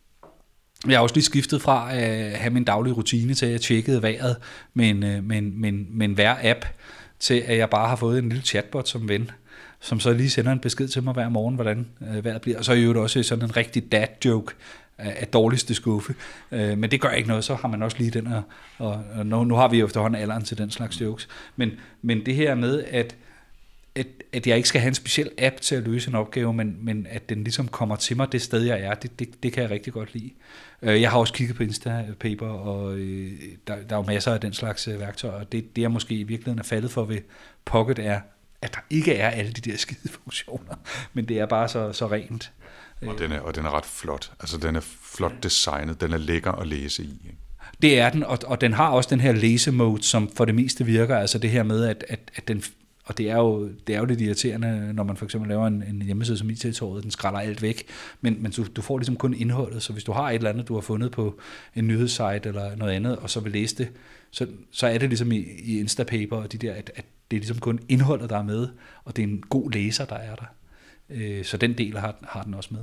Jeg har også lige skiftet fra at have min daglige rutine til, at jeg tjekkede vejret med en, med en, med en, med en vejr-app, til at jeg bare har fået en lille chatbot som ven, som så lige sender en besked til mig hver morgen, hvordan øh, vejret bliver. Og så er jo også sådan en rigtig dad-joke af dårligste skuffe. Øh, men det gør ikke noget, så har man også lige den her, og, og nu, nu har vi jo efterhånden alderen til den slags jokes. Men, men det her med, at At, at jeg ikke skal have en speciel app til at løse en opgave, men, men at den ligesom kommer til mig det sted, jeg er, det, det, det kan jeg rigtig godt lide. Jeg har også kigget på Instapaper, og øh, der, der er jo masser af den slags øh, værktøjer, og det, det jeg måske i virkeligheden er faldet for ved Pocket er, at der ikke er alle de der skide funktioner, men det er bare så, så rent. Og den, er, og den er ret flot. Altså den er flot designet, den er lækker at læse i, ikke? Det er den, og, og den har også den her læsemode, som for det meste virker, altså det her med, at, at, at den. Og det er, jo, det er jo lidt irriterende, når man for eksempel laver en, en hjemmeside som I T-torvet, den skræller alt væk, men, men du, du får ligesom kun indholdet, så hvis du har et eller andet, du har fundet på en nyhedssite eller noget andet, og så vil læse det, så, så er det ligesom i, i Instapaper og de der, at, at det er ligesom kun indholdet, der er med, og det er en god læser, der er der. Øh, så den del har, har den også med.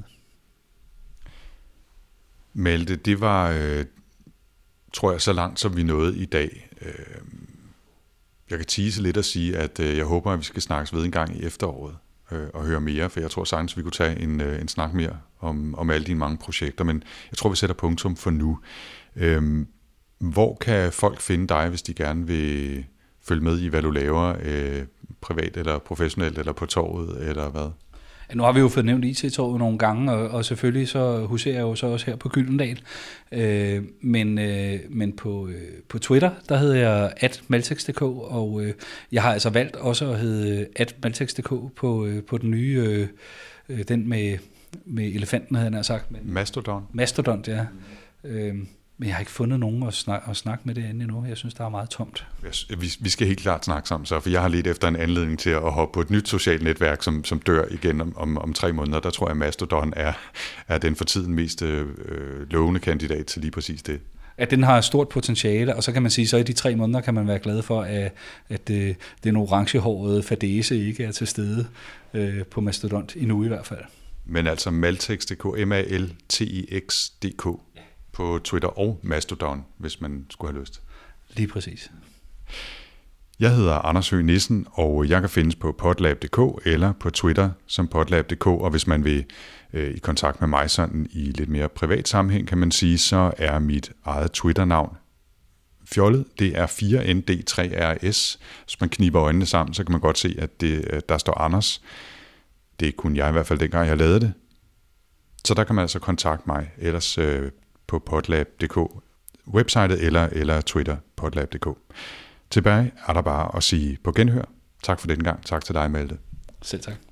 Malte, det var, øh, tror jeg, så langt, som vi nåede i dag. Øh, Jeg kan tease lidt og sige, at øh, jeg håber, at vi skal snakkes ved en gang i efteråret øh, og høre mere, for jeg tror sagtens, vi kunne tage en, øh, en snak mere om, om alle dine mange projekter, men jeg tror, vi sætter punktum for nu. Øhm, hvor kan folk finde dig, hvis de gerne vil følge med i, hvad du laver, øh, privat eller professionelt, eller på torvet, eller hvad? Ja, nu har vi jo fået nævnt I T-torvet nogle gange, og, og selvfølgelig så huserer jeg jo så også her på Gyldendal. Øh, men øh, men på, øh, på Twitter, der hedder jeg at maltex punktum d k, og øh, jeg har altså valgt også at hedde at maltex punktum d k på, øh, på den nye, øh, den med, med elefanten, havde jeg nær sagt. Men Mastodon. Mastodon, ja. Mm. Øh, Men jeg har ikke fundet nogen at snakke, at snakke med det endnu endnu. Jeg synes, der er meget tomt. Vi, vi skal helt klart snakke sammen så, for jeg har lidt efter en anledning til at hoppe på et nyt socialt netværk, som, som dør igen om, om, om tre måneder. Der tror jeg, Mastodon er, er den for tiden mest øh, lovende kandidat til lige præcis det. At den har stort potentiale, og så kan man sige, så i de tre måneder kan man være glad for, at, at det, den orangehårede fadese ikke er til stede øh, på Mastodon, endnu i hvert fald. Men altså Maltex punktum d k, M A L T I X punktum D K ja. På Twitter og Mastodon, hvis man skulle have lyst. Lige præcis. Jeg hedder Anders Høgh Nissen, og jeg kan findes på podlab punktum d k eller på Twitter som podlab punktum d k, og hvis man vil øh, i kontakt med mig sådan i lidt mere privat sammenhæng, kan man sige, så er mit eget Twitter-navn fjollet. Det er fire N D tre R S. Hvis man kniber øjnene sammen, så kan man godt se, at det, der står Anders. Det kunne jeg i hvert fald dengang, jeg lavede det. Så der kan man altså kontakte mig, ellers øh, på podlab punktum d k, websitet eller, eller Twitter, podlab punktum d k. Tilbage er der bare at sige på genhør. Tak for den gang. Tak til dig, Malte. Selv tak.